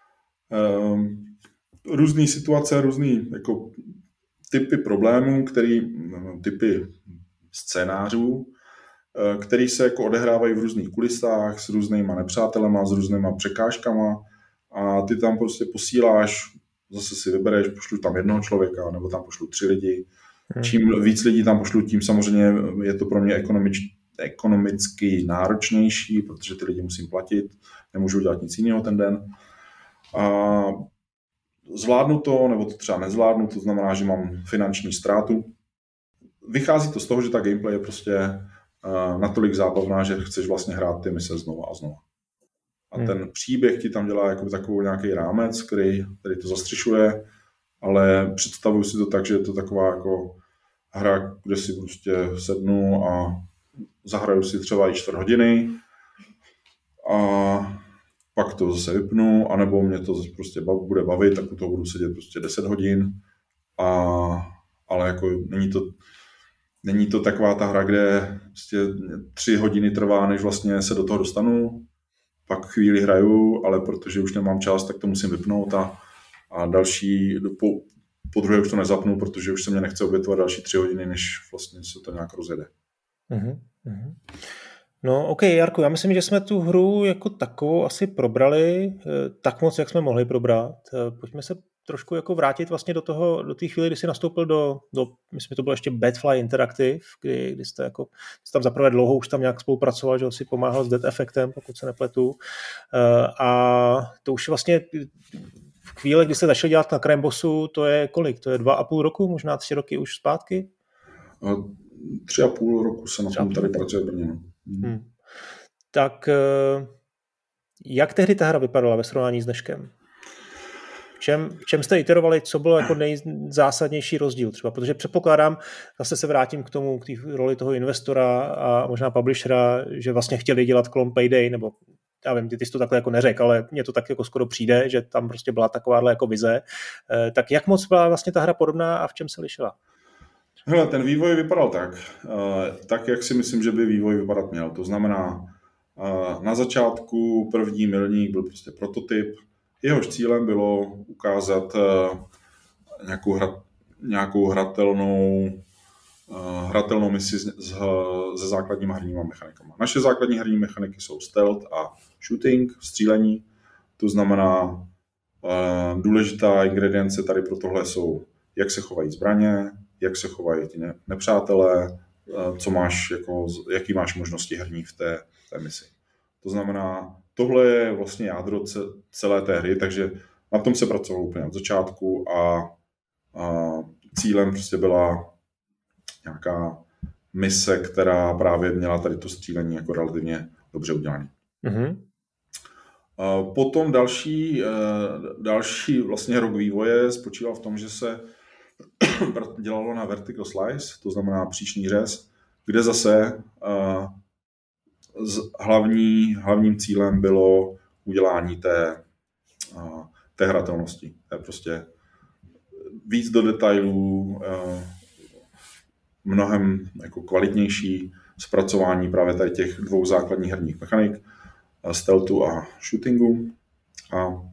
různé situace, různé jako typy problémů, typy scénářů, který se jako odehrávají v různých kulisách s různýma nepřátelema, s různýma překážkama a ty tam prostě posíláš, zase si vybereš, pošlu tam jednoho člověka, nebo tam pošlu 3 lidi. Čím víc lidí tam pošlu, tím samozřejmě je to pro mě ekonomicky náročnější, protože ty lidi musím platit, nemůžu dělat nic jiného ten den. A zvládnu to, nebo to třeba nezvládnu, to znamená, že mám finanční ztrátu. Vychází to z toho, že ta gameplay je prostě natolik zábavná, že chceš vlastně hrát ty mise znova a znova. A ten příběh ti tam dělá jako takový nějaký rámec, který to zastřešuje, ale představuju si to tak, že je to taková jako hra, kde si prostě sednu a zahraju si třeba i 4 hodiny a pak to zase vypnu, anebo mě to prostě bude bavit, tak u toho budu sedět prostě 10 hodin, ale jako není to taková ta hra, kde prostě 3 hodiny trvá, než vlastně se do toho dostanu, pak chvíli hraju, ale protože už nemám čas, tak to musím vypnout a další, po druhé už to nezapnu, protože už se mě nechce obětovat další 3 hodiny, než vlastně se to nějak rozjede. No ok, Jarku, já myslím, že jsme tu hru jako takovou asi probrali tak moc, jak jsme mohli probrat. Pojďme se trošku jako vrátit vlastně do té chvíli, kdy jsi nastoupil do myslím, že to bylo ještě Batfly Interactive, kdy jste tam zaprvé dlouho už tam nějak spolupracoval, že si pomáhal s Dead Effectem, pokud se nepletu. A to už vlastně v chvíli, kdy jste začali dělat na Crime Bossu, to je kolik? To je 2,5 roku, možná 3 roky už zpátky? 3,5 roku se na tom tady pracuje v Brně. Tak jak tehdy ta hra vypadala ve srovnání s dneškem? V čem jste iterovali, co bylo jako nejzásadnější rozdíl třeba? Protože předpokládám, zase se vrátím k té roli toho investora a možná publishera, že vlastně chtěli dělat klon Payday, nebo já vím, ty jsi to takhle jako neřekl, ale mně to tak jako skoro přijde, že tam prostě byla takováhle jako vize. Tak jak moc byla vlastně ta hra podobná a v čem se lišila? Hele, ten vývoj vypadal tak, jak si myslím, že by vývoj vypadat měl. To znamená, na začátku první milník byl prostě prototyp. Jehož cílem bylo ukázat nějakou hratelnou misi se základními herními mechanikama. Naše základní herní mechaniky jsou stealth a shooting, střílení. To znamená, důležitá ingredience tady pro tohle jsou, jak se chovají zbraně, jak se chovají ti nepřátelé, jaký máš možnosti herní v té misi. To znamená, tohle je vlastně jádro celé té hry, takže na tom se pracovalo úplně od začátku a cílem prostě byla nějaká mise, která právě měla tady to střílení jako relativně dobře udělané. Mm-hmm. Potom další vlastně rok vývoje spočíval v tom, že se dělalo na vertical slice, to znamená příšný řez, kde zase hlavním cílem bylo udělání té hratelnosti. To je prostě víc do detailů, mnohem jako kvalitnější zpracování právě tady těch dvou základních herních mechanik, stealthu a shootingu. A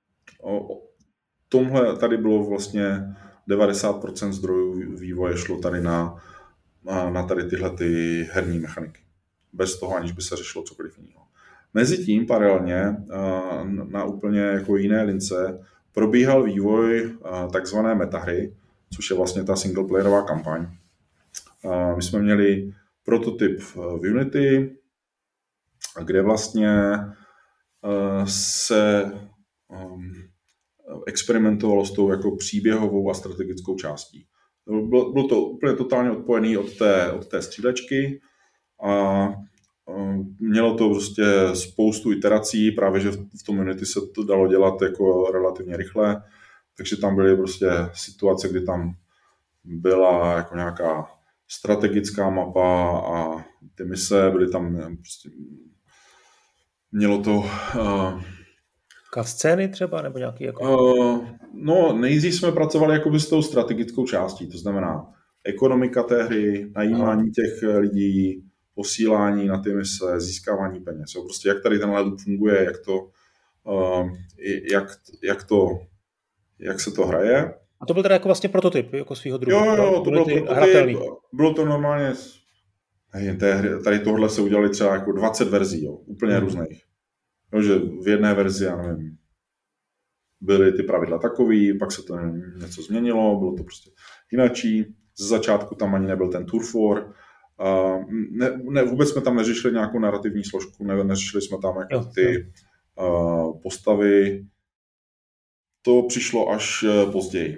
tomhle tady bylo vlastně 90% zdrojů vývoje šlo tady na tady tyhle ty herní mechaniky. Bez toho, aniž by se řešilo cokoliv jiného. Mezitím paralelně na úplně jako jiné lince probíhal vývoj takzvané metahry, což je vlastně ta singleplayerová kampaň. My jsme měli prototyp v Unity, kde vlastně se experimentovalo s tou jako příběhovou a strategickou částí. Bylo to úplně totálně odpojený od té střílečky a mělo to prostě spoustu iterací, právě že v tom Unity se to dalo dělat jako relativně rychle, takže tam byly prostě situace, kdy tam byla jako nějaká strategická mapa a ty mise byly tam prostě, mělo to scény třeba, nebo nějaký jako... nejdřív jsme pracovali jakoby s tou strategickou částí, to znamená ekonomika té hry, najímání těch lidí, posílání na ty mise, získávání peněz. Prostě jak tady tenhle loop funguje, jak se to hraje. A to byl teda jako vlastně prototyp, jako svýho druhu. Jo, to byl prototyp. Bylo to normálně, tady tohle se udělali třeba jako 20 verzí, úplně různých. Jo, že v jedné verzi, já nevím, byly ty pravidla takový, pak se to něco změnilo, bylo to prostě jinačí. Ze začátku tam ani nebyl ten turf war. Vůbec jsme tam neřešili nějakou narrativní složku, neřešili jsme tam jako ty postavy. To přišlo až později.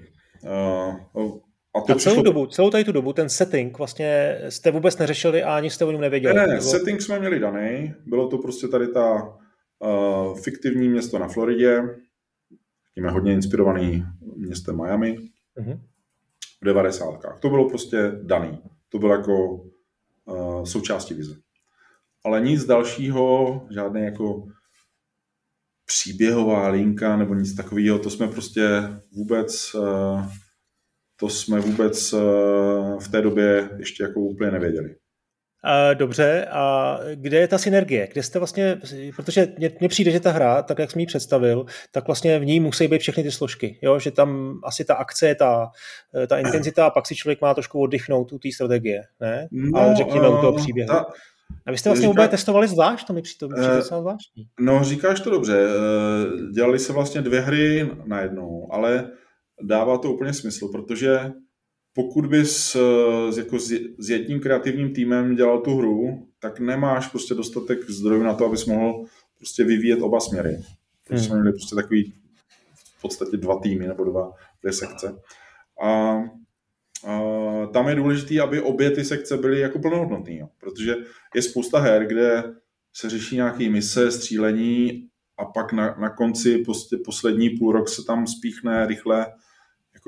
Celou tady tu dobu, ten setting vlastně jste vůbec neřešili a ani jste o něm nevěděli. Ne, setting jsme měli daný. Bylo to prostě tady ta fiktivní město na Floridě, tím je hodně inspirovaný městem Miami, v 90. To bylo prostě daný. To bylo jako součástí vize. Ale nic dalšího, žádné jako příběhová linka nebo nic takového, to jsme vůbec v té době ještě jako úplně nevěděli. Dobře, a kde je ta synergie? Kde jste vlastně, protože mně přijde, že ta hra, tak jak jsem ji představil, tak vlastně v ní musí být všechny ty složky, jo? Že tam asi ta akce je ta intenzita a pak si člověk má trošku oddychnout u té strategie, ne? A řekněme u toho příběhu. A vy jste vlastně vůbec testovali zvlášť, to mi přijde docela zvláštní. No, říkáš to dobře. Dělali se vlastně 2 hry najednou, ale dává to úplně smysl, protože pokud bys s jedním kreativním týmem dělal tu hru, tak nemáš prostě dostatek zdrojů na to, abys mohl prostě vyvíjet oba směry. Takže jsme měli prostě takový v podstatě 2 týmy nebo 2 sekce. A tam je důležité, aby obě ty sekce byly jako plnohodnotné, protože je spousta her, kde se řeší nějaké mise, střílení a pak na konci prostě poslední půl rok se tam spíchne rychle jako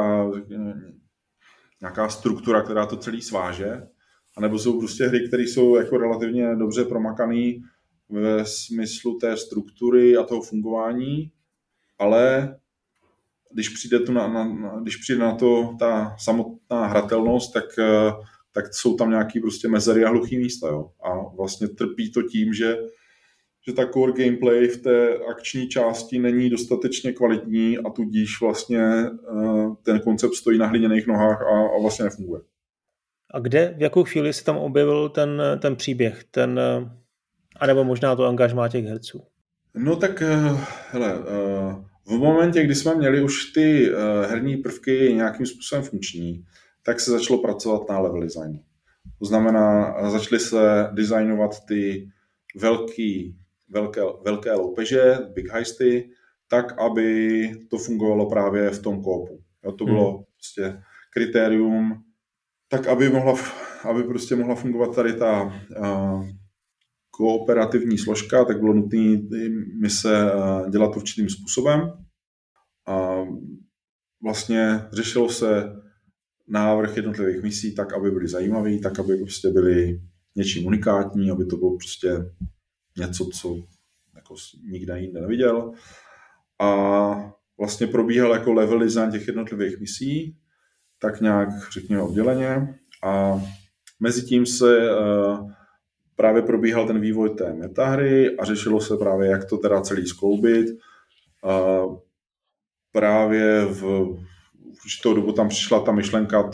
nějaká struktura, která to celý sváže, anebo jsou prostě hry, které jsou jako relativně dobře promakané ve smyslu té struktury a toho fungování, ale když přijde na to ta samotná hratelnost, tak jsou tam nějaký prostě mezery a hluchý místa. Jo? A vlastně trpí to tím, že ta core gameplay v té akční části není dostatečně kvalitní a tudíž vlastně ten koncept stojí na hliněných nohách a vlastně nefunguje. A v jakou chvíli se tam objevil ten příběh, anebo možná to angažmá těch herců? No tak, hele, v momentě, kdy jsme měli už ty herní prvky nějakým způsobem funkční, tak se začalo pracovat na level designu. To znamená, začaly se designovat ty velké loupeže, big heisty, tak, aby to fungovalo právě v tom koopu. To bylo prostě kritérium, tak aby prostě mohla fungovat tady ta kooperativní složka, tak bylo nutné mise dělat určitým způsobem. A vlastně řešilo se návrh jednotlivých misí tak, aby byly zajímavý, tak, aby prostě byly něčím unikátní, aby to bylo prostě něco, co jako nikde jinde neviděl. A vlastně probíhal jako level design těch jednotlivých misí, tak nějak, řekněme, odděleně. A mezi tím se právě probíhal ten vývoj té metahry a řešilo se právě, jak to teda celý skloubit. Právě v určitou dobu tam přišla ta myšlenka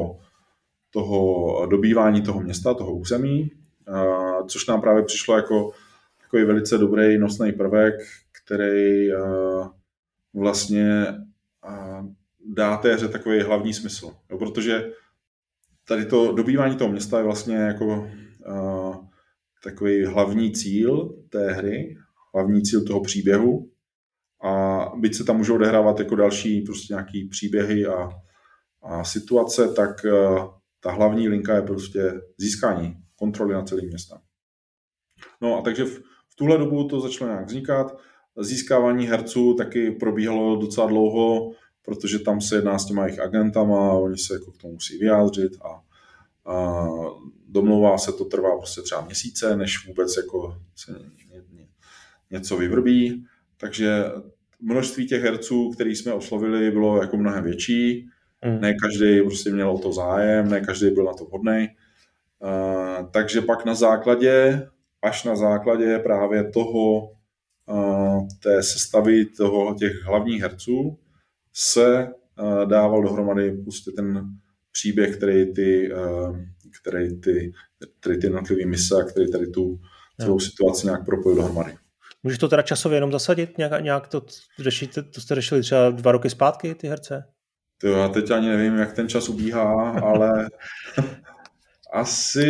toho dobývání toho města, toho území, což nám právě přišlo jako takový velice dobrý nosný prvek, který vlastně dá té hře takový hlavní smysl. Jo, protože tady to dobývání toho města je vlastně jako takový hlavní cíl té hry, hlavní cíl toho příběhu. A byť se tam můžou odehrávat jako další prostě nějaký příběhy a situace, tak ta hlavní linka je prostě získání kontroly nad celým městem. No a takže v tuhle dobu to začalo nějak vznikat. Získávání herců taky probíhalo docela dlouho, protože tam se jedná s těma jejich agentama, oni se jako k tomu musí vyjádřit a domlouvá se, to trvá prostě třeba měsíce, než vůbec jako se něco vyvrbí. Takže množství těch herců, který jsme oslovili, bylo jako mnohem větší. Ne každý prostě měl o to zájem, ne každý byl na to vhodný. Takže pak až na základě právě té sestavy těch hlavních herců se dával dohromady prostě ten příběh, který ty jednotlivé mise a který tady tu celou situaci nějak propojil dohromady. Můžeš to teda časově jenom zasadit? Nějak to řešíte? To jste řešili třeba 2 roky zpátky, ty herce? Já teď ani nevím, jak ten čas ubíhá, ale asi,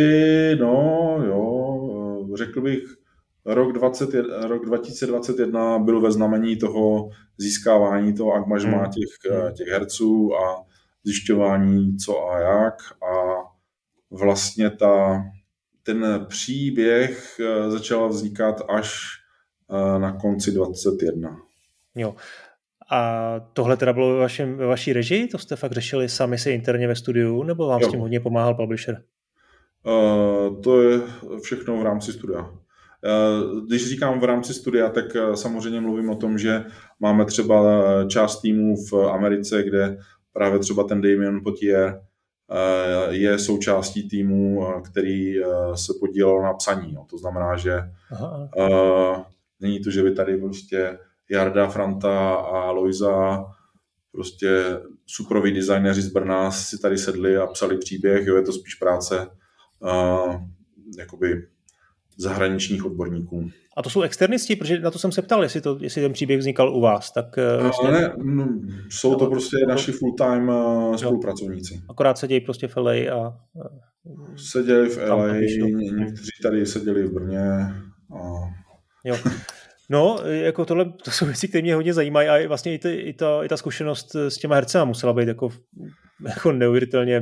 řekl bych, rok 2021 byl ve znamení toho získávání toho angažmá těch herců a zjišťování co a jak a vlastně ten příběh začal vznikat až na konci 2021. Jo. A tohle teda bylo ve vaší režii? To jste fakt řešili sami si interně ve studiu, nebo vám s tím hodně pomáhal publisher? To je všechno v rámci studia. Když říkám v rámci studia, tak samozřejmě mluvím o tom, že máme třeba část týmů v Americe, kde právě třeba ten Damien Potier je součástí týmu, který se podílel na psaní. To znamená, že není to, že by tady prostě Jarda, Franta a Lojza, prostě superoví designéři z Brna si tady sedli a psali příběh, je to spíš práce jakoby zahraničních odborníků. A to jsou externisti, protože na to jsem se ptal, jestli ten příběh vznikal u vás. Tak jsou to prostě naši full-time spolupracovníci. Akorát sedějí prostě v LA a seděli v LA, někteří tady seděli v Brně. Jo. No, jako to jsou věci, které mě hodně zajímají a vlastně i ta zkušenost s těma hercema musela být jako neuvěřitelně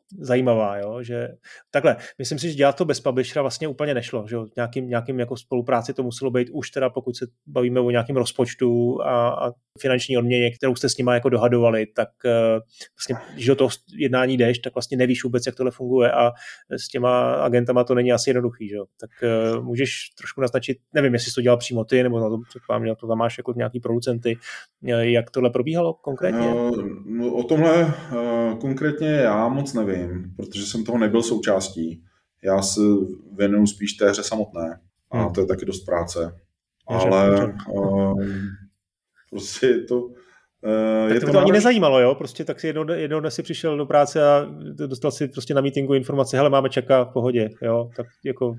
zajímavá, jo? Že takhle, myslím si, že dělat to bez publishera vlastně úplně nešlo, že nějakým jako spolupráci to muselo být už teda, pokud se bavíme o nějakém rozpočtu a finanční odměně, kterou jste s nima jako dohadovali, tak vlastně, když do toho jednání jdeš, tak vlastně nevíš vůbec, jak tohle funguje a s těma agentama to není asi jednoduchý, že jo? Tak můžeš trošku naznačit, nevím, jestli jsi to dělal přímo ty, nebo na to předpokládám, že to tam máš jako nějaký producenty, jak tohle probíhalo konkrétně? No, o tomhle konkrétně já moc nevím, protože jsem toho nebyl součástí. Já se věnuju spíš té hře samotné a to je taky dost práce. Ale prostě je to... Tak to ani nezajímalo, jo? Prostě tak si jednou dnes si přišel do práce a dostal si prostě na meetingu informace, hele, máme čeka v pohodě, jo? Tak jako...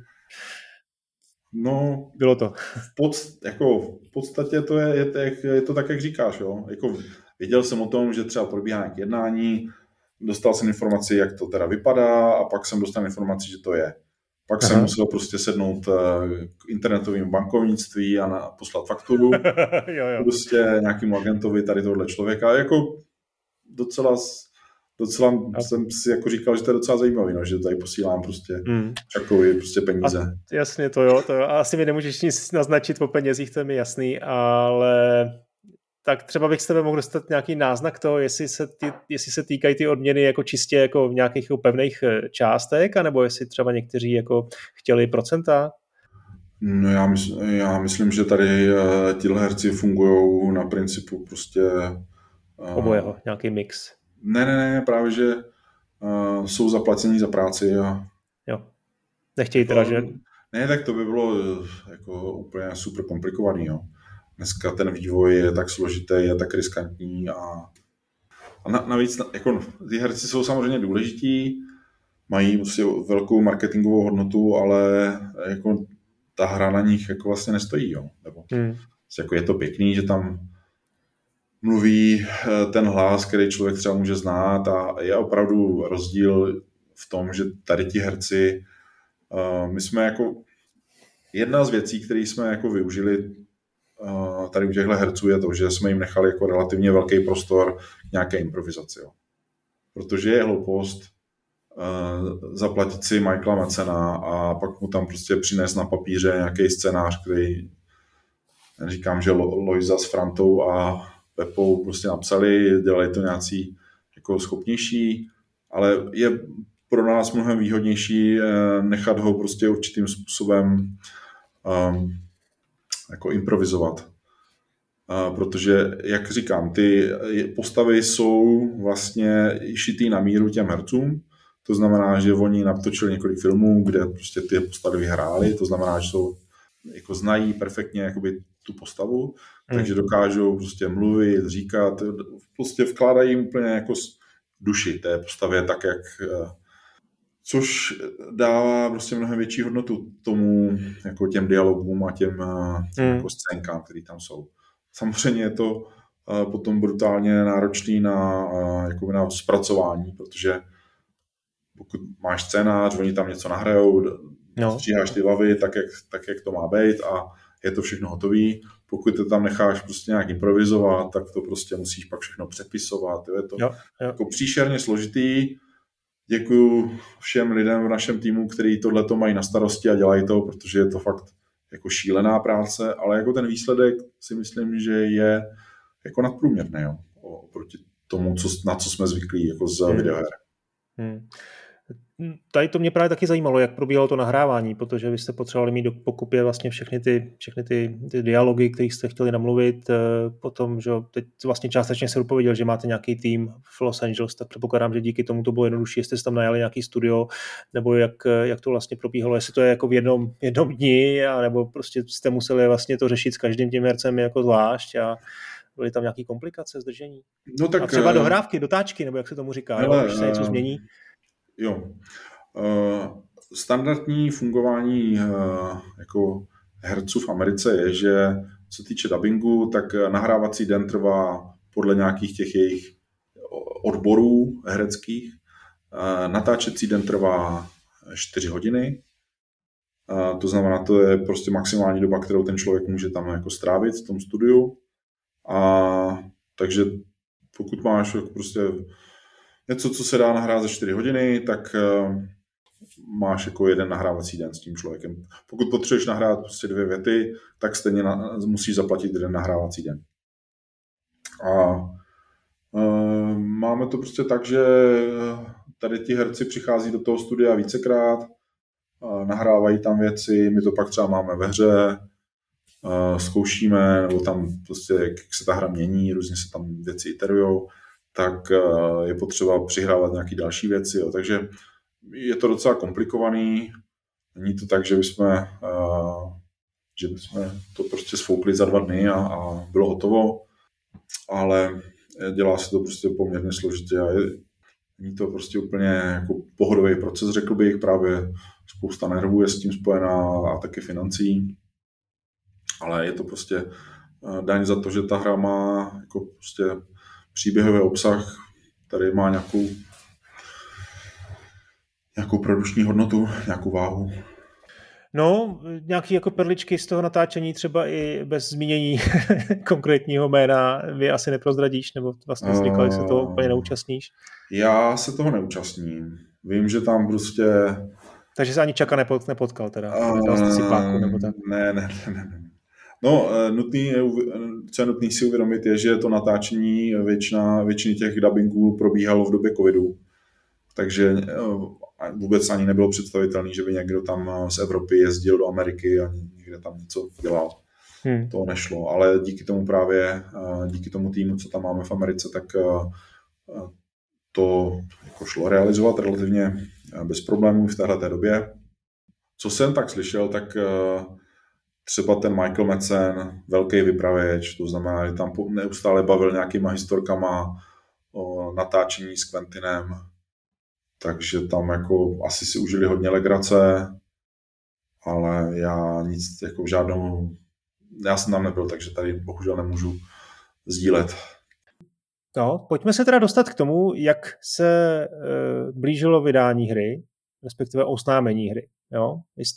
No, bylo to. V podstatě to je to tak, jak říkáš, jo? Jako věděl jsem o tom, že třeba probíhá nějaké jednání, dostal jsem informaci, jak to teda vypadá a pak jsem dostal informaci, že to je. Pak jsem musel prostě sednout k internetovému bankovnictví a poslat fakturu prostě nějakému agentovi tady tohle člověka. Jako docela jsem si jako říkal, že to je docela zajímavý, no, že tady posílám prostě čakovi prostě peníze. A jasně, to jo. Asi mi nemůžeš nic naznačit o penězích, to je mi jasný, ale tak třeba bych s tebe mohl dostat nějaký náznak toho, jestli se týkají ty odměny jako čistě jako v nějakých jako pevných částek, anebo jestli třeba někteří jako chtěli procenta? No já myslím, že tady tyhle herci fungují na principu prostě... Obojeho, nějaký mix. Ne, právě, že jsou zaplacení za práci a... Jo. Nechtějí teda, že... Ne, tak to by bylo jako úplně super komplikovaný, jo. Dneska ten vývoj je tak složitý, je tak riskantní a navíc jako, ty herci jsou samozřejmě důležití, mají prostě velkou marketingovou hodnotu, ale jako ta hra na nich jako vlastně nestojí, jo. Nebo jako je to pěkný, že tam mluví ten hlas, který člověk třeba může znát a je opravdu rozdíl v tom, že tady ti herci, my jsme jako jedna z věcí, které jsme jako využili tady u těchto herců je to, že jsme jim nechali jako relativně velký prostor k nějaké improvizaci. Jo. Protože je hloupost zaplatit si Michaela Metzena a pak mu tam prostě přinést na papíře nějaký scénář, který říkám, že Lojza s Frantou a Pepou prostě napsali, dělali to nějací jako schopnější, ale je pro nás mnohem výhodnější nechat ho prostě určitým způsobem jako improvizovat. Protože, jak říkám, ty postavy jsou vlastně šitý na míru těm hercům. To znamená, že oni natočili několik filmů, kde prostě ty postavy vyhrály. To znamená, že jsou, jako znají perfektně jakoby tu postavu, takže dokážou prostě mluvit, říkat, prostě vkládají úplně jako duši té postavě tak, jak... Což dává prostě mnohem větší hodnotu tomu, jako těm dialogům a těm jako scénkám, které tam jsou. Samozřejmě je to potom brutálně náročný na zpracování, protože pokud máš scénář, oni tam něco nahrajou, stříháš ty vavy tak, jak to má být a je to všechno hotový. Pokud to tam necháš prostě nějak improvizovat, tak to prostě musíš pak všechno přepisovat. Je to jako příšerně složitý. Děkuju všem lidem v našem týmu, kteří tohleto mají na starosti a dělají to, protože je to fakt jako šílená práce, ale jako ten výsledek si myslím, že je jako nadprůměrný, jo, oproti tomu, na co jsme zvyklí jako z videoher. Tady to mě právě taky zajímalo, jak probíhalo to nahrávání, protože vy jste potřebovali mít do pokupě vlastně všechny ty dialogy, které jste chtěli namluvit. Potom, že teď vlastně částečně se dopověděl, že máte nějaký tým v Los Angeles, tak předpokládám, že díky tomu to bylo jednodušší, jestli jste tam najali nějaký studio, nebo jak to vlastně probíhalo, jestli to je jako v jednom dni, nebo prostě jste museli vlastně to řešit s každým tím hercem jako zvlášť a byly tam nějaké komplikace, zdržení. No tak, a třeba dohrávky, dotáčky, nebo jak se tomu říká, když se něco změní. Jo. Standardní fungování jako herců v Americe je, že co týče dubbingu, tak nahrávací den trvá podle nějakých těch jejich odborů hereckých. Natáčecí den trvá 4 hodiny. To znamená, to je prostě maximální doba, kterou ten člověk může tam jako strávit v tom studiu. Takže pokud máš prostě něco, co se dá nahrát za 4 hodiny, tak máš jako jeden nahrávací den s tím člověkem. Pokud potřebuješ nahrát prostě 2 věty, tak stejně musíš zaplatit jeden nahrávací den. A máme to prostě tak, že tady ti herci přichází do toho studia vícekrát, nahrávají tam věci, my to pak třeba máme ve hře, zkoušíme, nebo tam prostě, jak se ta hra mění, různě se tam věci iterujou, tak je potřeba přihrávat nějaké další věci. Jo. Takže je to docela komplikovaný. Není to tak, že bychom to prostě sfoukli za 2 dny a bylo hotovo, ale dělá se to prostě poměrně složitě a není to prostě úplně jako pohodový proces, řekl bych, právě spousta nervů je s tím spojená a taky financí, ale je to prostě daň za to, že ta hra má jako prostě příběhový obsah, který má nějakou produkční hodnotu, nějakou váhu. No, nějaký jako perličky z toho natáčení, třeba i bez zmínění konkrétního jména, vy asi neprozradíš, nebo vlastně vzniklo, že se toho úplně neúčastníš? Já se toho neúčastním. Vím, že tam prostě... Takže se ani Čaka nepotkal teda? Dal jste si páku, nebo tak? Ne. No, co je nutný si uvědomit, je, že to natáčení většiny těch dubbingů probíhalo v době covidu. Takže vůbec ani nebylo představitelné, že by někdo tam z Evropy jezdil do Ameriky a někde tam něco dělal. To nešlo, ale díky tomu týmu, co tam máme v Americe, tak to jako šlo realizovat relativně bez problémů v téhleté době. Co jsem tak slyšel, tak třeba ten Michael Madsen, velký vypravěč, to znamená, že tam neustále bavil nějakýma historkama o natáčení s Quentinem, takže tam jako asi si užili hodně legrace, ale já nic jako já jsem tam nebyl, takže tady bohužel nemůžu sdílet. No, pojďme se teda dostat k tomu, jak se blížilo vydání hry, respektive oznámení hry. Jo?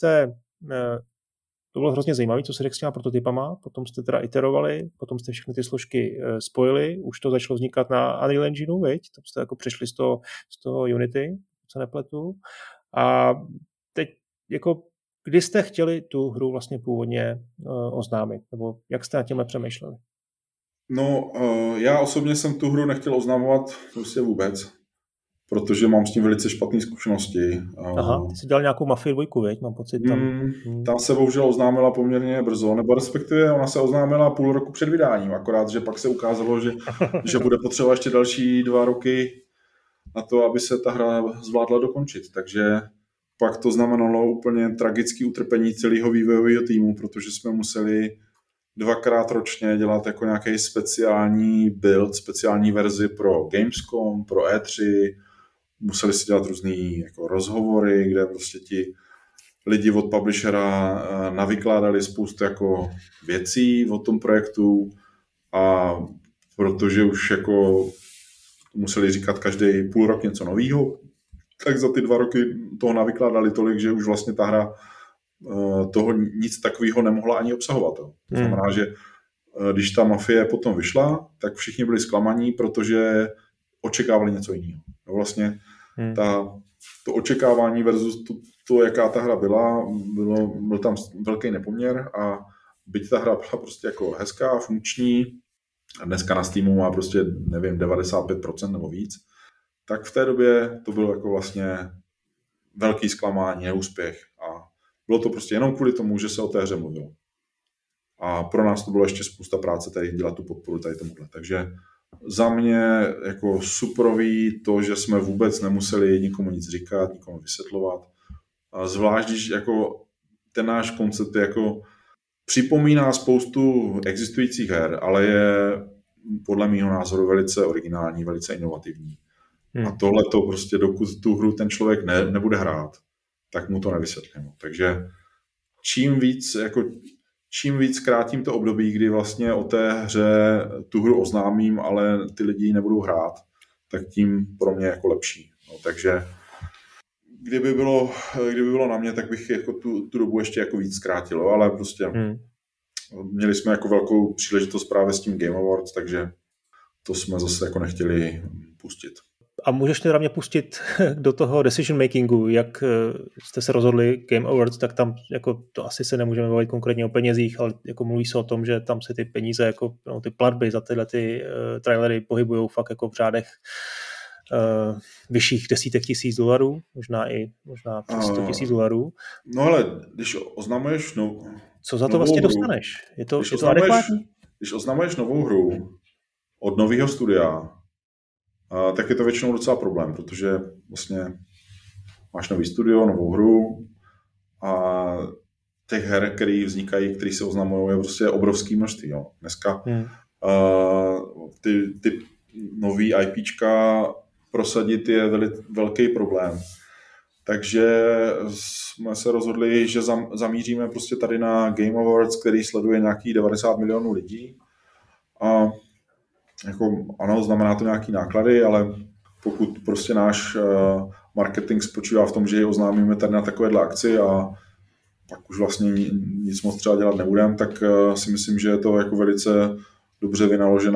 To bylo hrozně zajímavé, co se řekl s těma prototypama, potom jste teda iterovali, potom jste všechny ty složky spojili, už to začalo vznikat na Unreal Engineu, viď? To jste jako přešli z toho Unity, co nepletu. A teď jako kdy jste chtěli tu hru vlastně původně oznámit, nebo jak jste na těmhle přemýšleli? No, já osobně jsem tu hru nechtěl oznamovat prostě vůbec, protože mám s tím velice špatné zkušenosti. Aha, ty jsi dělal nějakou Mafii 2, viď? Mám pocit tam. Ta se bohužel oznámila poměrně brzo, nebo respektive ona se oznámila půl roku před vydáním, akorát, že pak se ukázalo, že bude potřeba ještě další 2 roky na to, aby se ta hra zvládla dokončit. Takže pak to znamenalo úplně tragické utrpení celého vývojového týmu, protože jsme museli 2krát ročně dělat jako nějaký speciální build, speciální verzi pro Gamescom, pro E3. Museli si dělat různý jako rozhovory, kde prostě ti lidi od publishera navykládali spoustu jako věcí o tom projektu a protože už jako museli říkat každý půl rok něco novýho, tak za ty 2 roky toho navykládali tolik, že už vlastně ta hra toho nic takového nemohla ani obsahovat. To znamená, že když ta Mafie potom vyšla, tak všichni byli zklamaní, protože očekávali něco jiného. No vlastně to očekávání versus to, jaká ta hra byla, byl tam velký nepoměr a byť ta hra byla prostě jako hezká, funkční, a dneska na Steamu má prostě, nevím, 95% nebo víc, tak v té době to bylo jako vlastně velký zklamání, neúspěch a bylo to prostě jenom kvůli tomu, že se o té hře mluvilo. A pro nás to bylo ještě spousta práce tady dělat tu podporu tady tomuhle. Takže za mě jako superový to, že jsme vůbec nemuseli nikomu nic říkat, nikomu vysvětlovat. A zvlášť, když jako ten náš koncept jako připomíná spoustu existujících her, ale je podle mého názoru velice originální, velice inovativní. A tohle to prostě, dokud tu hru ten člověk nebude hrát, tak mu to nevysvětlím. Takže čím víc krátím to období, kdy vlastně o té hře tu hru oznámím, ale ty lidi ji nebudou hrát, tak tím pro mě jako lepší. No, takže kdyby bylo na mě, tak bych jako tu dobu ještě jako víc zkrátil, ale prostě měli jsme jako velkou příležitost právě s tím Game Awards, takže to jsme zase jako nechtěli pustit. A můžeš teda mě pustit do toho decision makingu, jak jste se rozhodli Game Awards, tak tam jako to asi se nemůžeme bavit konkrétně o penězích, ale jako mluví se o tom, že tam se ty peníze, jako no, ty platby za tyhle ty trailery pohybujou fakt jako v řádech vyšších desítek tisíc dolarů, možná přes 100 000 dolarů. No ale když oznamuješ co za to vlastně hru, dostaneš? Je to adekvátní? Když oznamuješ novou hru od nového studia, tak je to většinou docela problém, protože vlastně máš nový studio, novou hru a těch her, které vznikají, které se oznamují, je prostě obrovský množství. Jo. Dneska ty nový IPčka prosadit je velký problém. Takže jsme se rozhodli, že zamíříme prostě tady na Game Awards, který sleduje nějakých 90 milionů lidí. A jako, ano, znamená to nějaký náklady, ale pokud prostě náš marketing spočívá v tom, že ji oznámíme tady na takovéhle akci a pak už vlastně nic moc třeba dělat nebudeme, tak si myslím, že je to jako velice dobře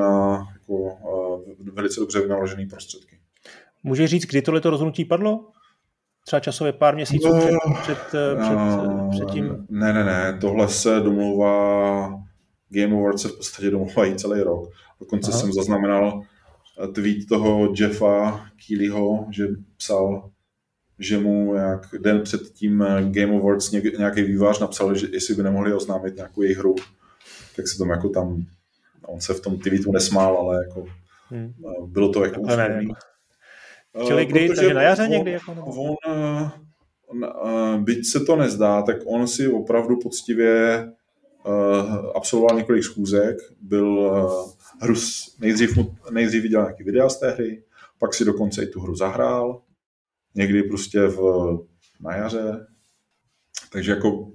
vynaložený prostředky. Můžeš říct, kdy tohleto rozhodnutí padlo? Třeba časově pár měsíců před tím? Ne, tohle se domlouvá, Game Awards se v podstatě domlouvají celý rok. Dokonce jsem zaznamenal tweet toho Jeffa Keelyho, že psal, že mu den před tím Game Awards nějaký vývojář napsal, že jestli by nemohli oznámit nějakou jejich hru, tak se tomu jako tam, on se v tom tweetu nesmál, ale jako bylo to jako úsměvný. Čili kdy, takže na jaře někdy? Byť se to nezdá, tak on si opravdu poctivě absolvoval několik schůzek, byl nejdřív viděl nějaký videa z té hry, pak si dokonce i tu hru zahrál, někdy prostě na jaře, takže jako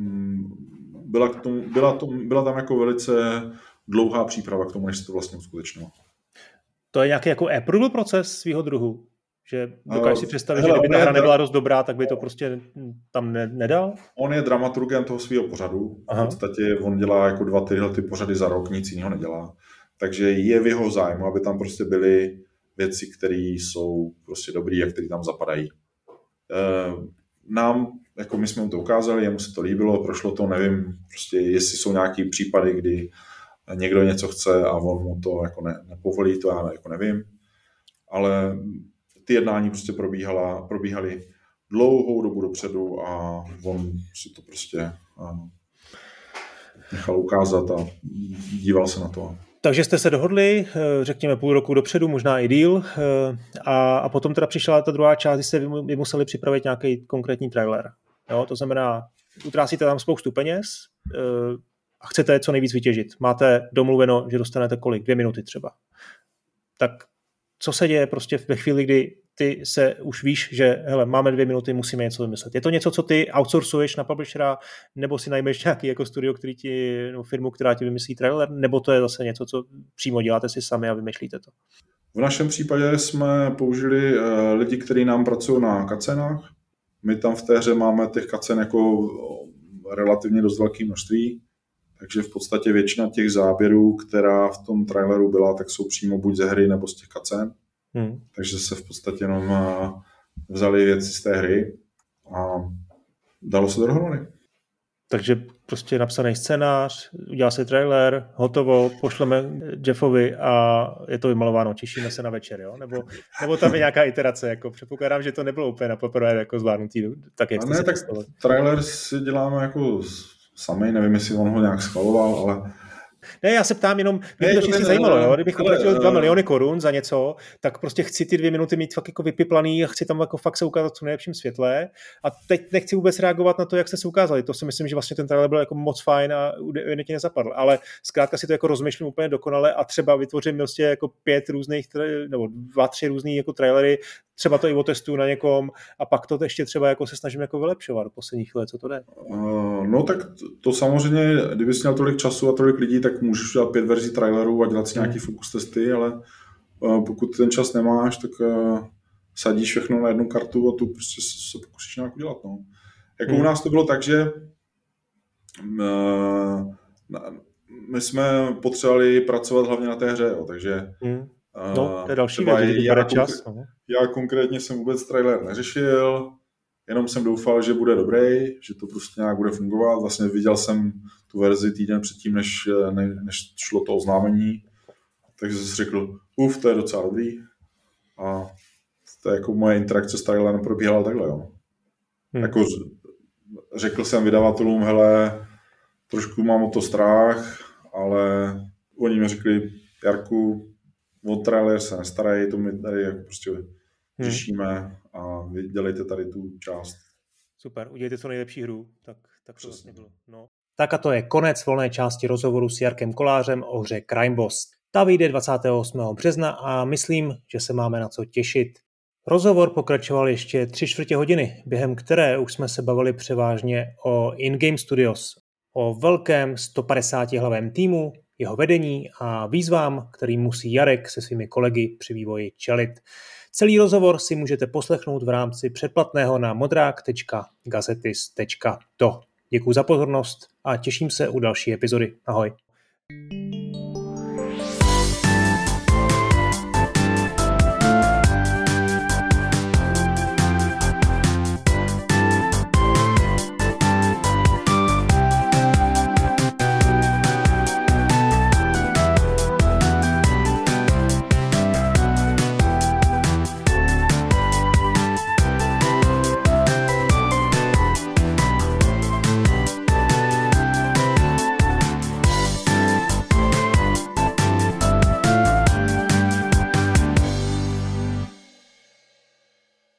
byla tam jako velice dlouhá příprava k tomu, než se to vlastně uskutečnilo. To je nějaký jako approval proces svýho druhu? Že dokážeš si představit, že kdyby ta hra nebyla dost dobrá, tak by to prostě tam nedal? On je dramaturgem toho svého pořadu. V podstatě on dělá jako 2 tyhle ty pořady za rok, nic jiného nedělá. Takže je v jeho zájmu, aby tam prostě byly věci, které jsou prostě dobrý a které tam zapadají. Jako my jsme mu to ukázali, jemu se to líbilo, prošlo to, nevím, prostě jestli jsou nějaký případy, kdy někdo něco chce a on mu to jako nepovolí, to já jako nevím. Ale ty jednání prostě probíhaly dlouhou dobu dopředu a on si to prostě nechal ukázat a díval se na to. Takže jste se dohodli, řekněme půl roku dopředu, možná i díl, a potom teda přišla ta druhá část, kdy jste vy museli připravit nějaký konkrétní trailer. Jo? To znamená, utrásíte tam spoustu peněz a chcete co nejvíc vytěžit. Máte domluveno, že dostanete kolik? 2 minuty třeba. Tak co se děje prostě ve chvíli, kdy ty se už víš, že hele, máme 2 minuty, musíme něco vymyslet. Je to něco, co ty outsourcuješ na publishera, nebo si najmeš nějaký jako studio, firmu, která ti vymyslí trailer, nebo to je zase něco, co přímo děláte si sami a vymýšlíte to? V našem případě jsme použili lidi, kteří nám pracují na cutscenách. My tam v té hře máme těch cutscen jako relativně dost velké množství, takže v podstatě většina těch záběrů, která v tom traileru byla, tak jsou přímo buď ze hry, nebo z těch cutscen. Takže se v podstatě jenom vzali věci z té hry a dalo se to dohromady. Takže prostě napsaný scénář, udělá se trailer, hotovo, pošleme Jeffovi a je to vymalováno, těšíme se na večer, jo? Nebo tam je nějaká iterace, jako předpokládám, že to nebylo úplně na poprvé jako zvládnutý, tak jak jste si představili. Trailer si děláme jako sami, nevím, jestli on ho nějak schvaloval, ale Ne, já se ptám jenom, mě to vždycky zajímalo, jo? Kdybych utratil 2 miliony korun za něco, tak prostě chci ty 2 minuty mít fakt jako vypiplaný a chci tam jako fakt se ukázat v co nejlepším světle. A teď nechci vůbec reagovat na to, jak jste se ukázali. To si myslím, že vlastně ten trailer byl jako moc fajn a evidentně nezapadl. Ale zkrátka si to jako rozmýšlím úplně dokonale a třeba vytvořím prostě jako 5 různých, nebo 2-3 různý jako trailery, třeba to i otestuju na někom a pak to ještě třeba jako se snažím jako vylepšovat do posledních let, co to jde. No tak to samozřejmě, kdybys měl tolik času a tolik lidí, tak můžeš dělat 5 verzí trailerů a dělat si nějaký focus testy, ale pokud ten čas nemáš, tak sadíš všechno na jednu kartu a tu prostě se pokusíš nějak udělat. No. Jako u nás to bylo tak, že my jsme potřebovali pracovat hlavně na té hře, jo, takže No, to je další věc, že to bere čas. Já konkrétně jsem vůbec trailer neřešil, jenom jsem doufal, že bude dobrý, že to prostě nějak bude fungovat. Vlastně viděl jsem tu verzi týden předtím, než šlo to oznámení, takže jsem si řekl, to je docela dobrý. A to je jako moje interakce s trailerem probíhala takhle, jo. Jako řekl jsem vydavatelům, hele, trošku mám o to strach, ale oni mi řekli, Jarku, o trailer se nestarají, to my tady jako prostě řešíme a vy dělejte tady tu část. Super, udělejte co nejlepší hru, tak to vlastně bylo. No. Tak a to je konec volné části rozhovoru s Jarkem Kolářem o hře Crime Boss. Ta vyjde 28. března a myslím, že se máme na co těšit. Rozhovor pokračoval ještě 3/4 hodiny, během které už jsme se bavili převážně o InGame Studios, o velkém 150hlavém týmu, jeho vedení a výzvám, kterým musí Jarek se svými kolegy při vývoji čelit. Celý rozhovor si můžete poslechnout v rámci předplatného na modrák.gazetis.to. Děkuji za pozornost a těším se u další epizody. Ahoj.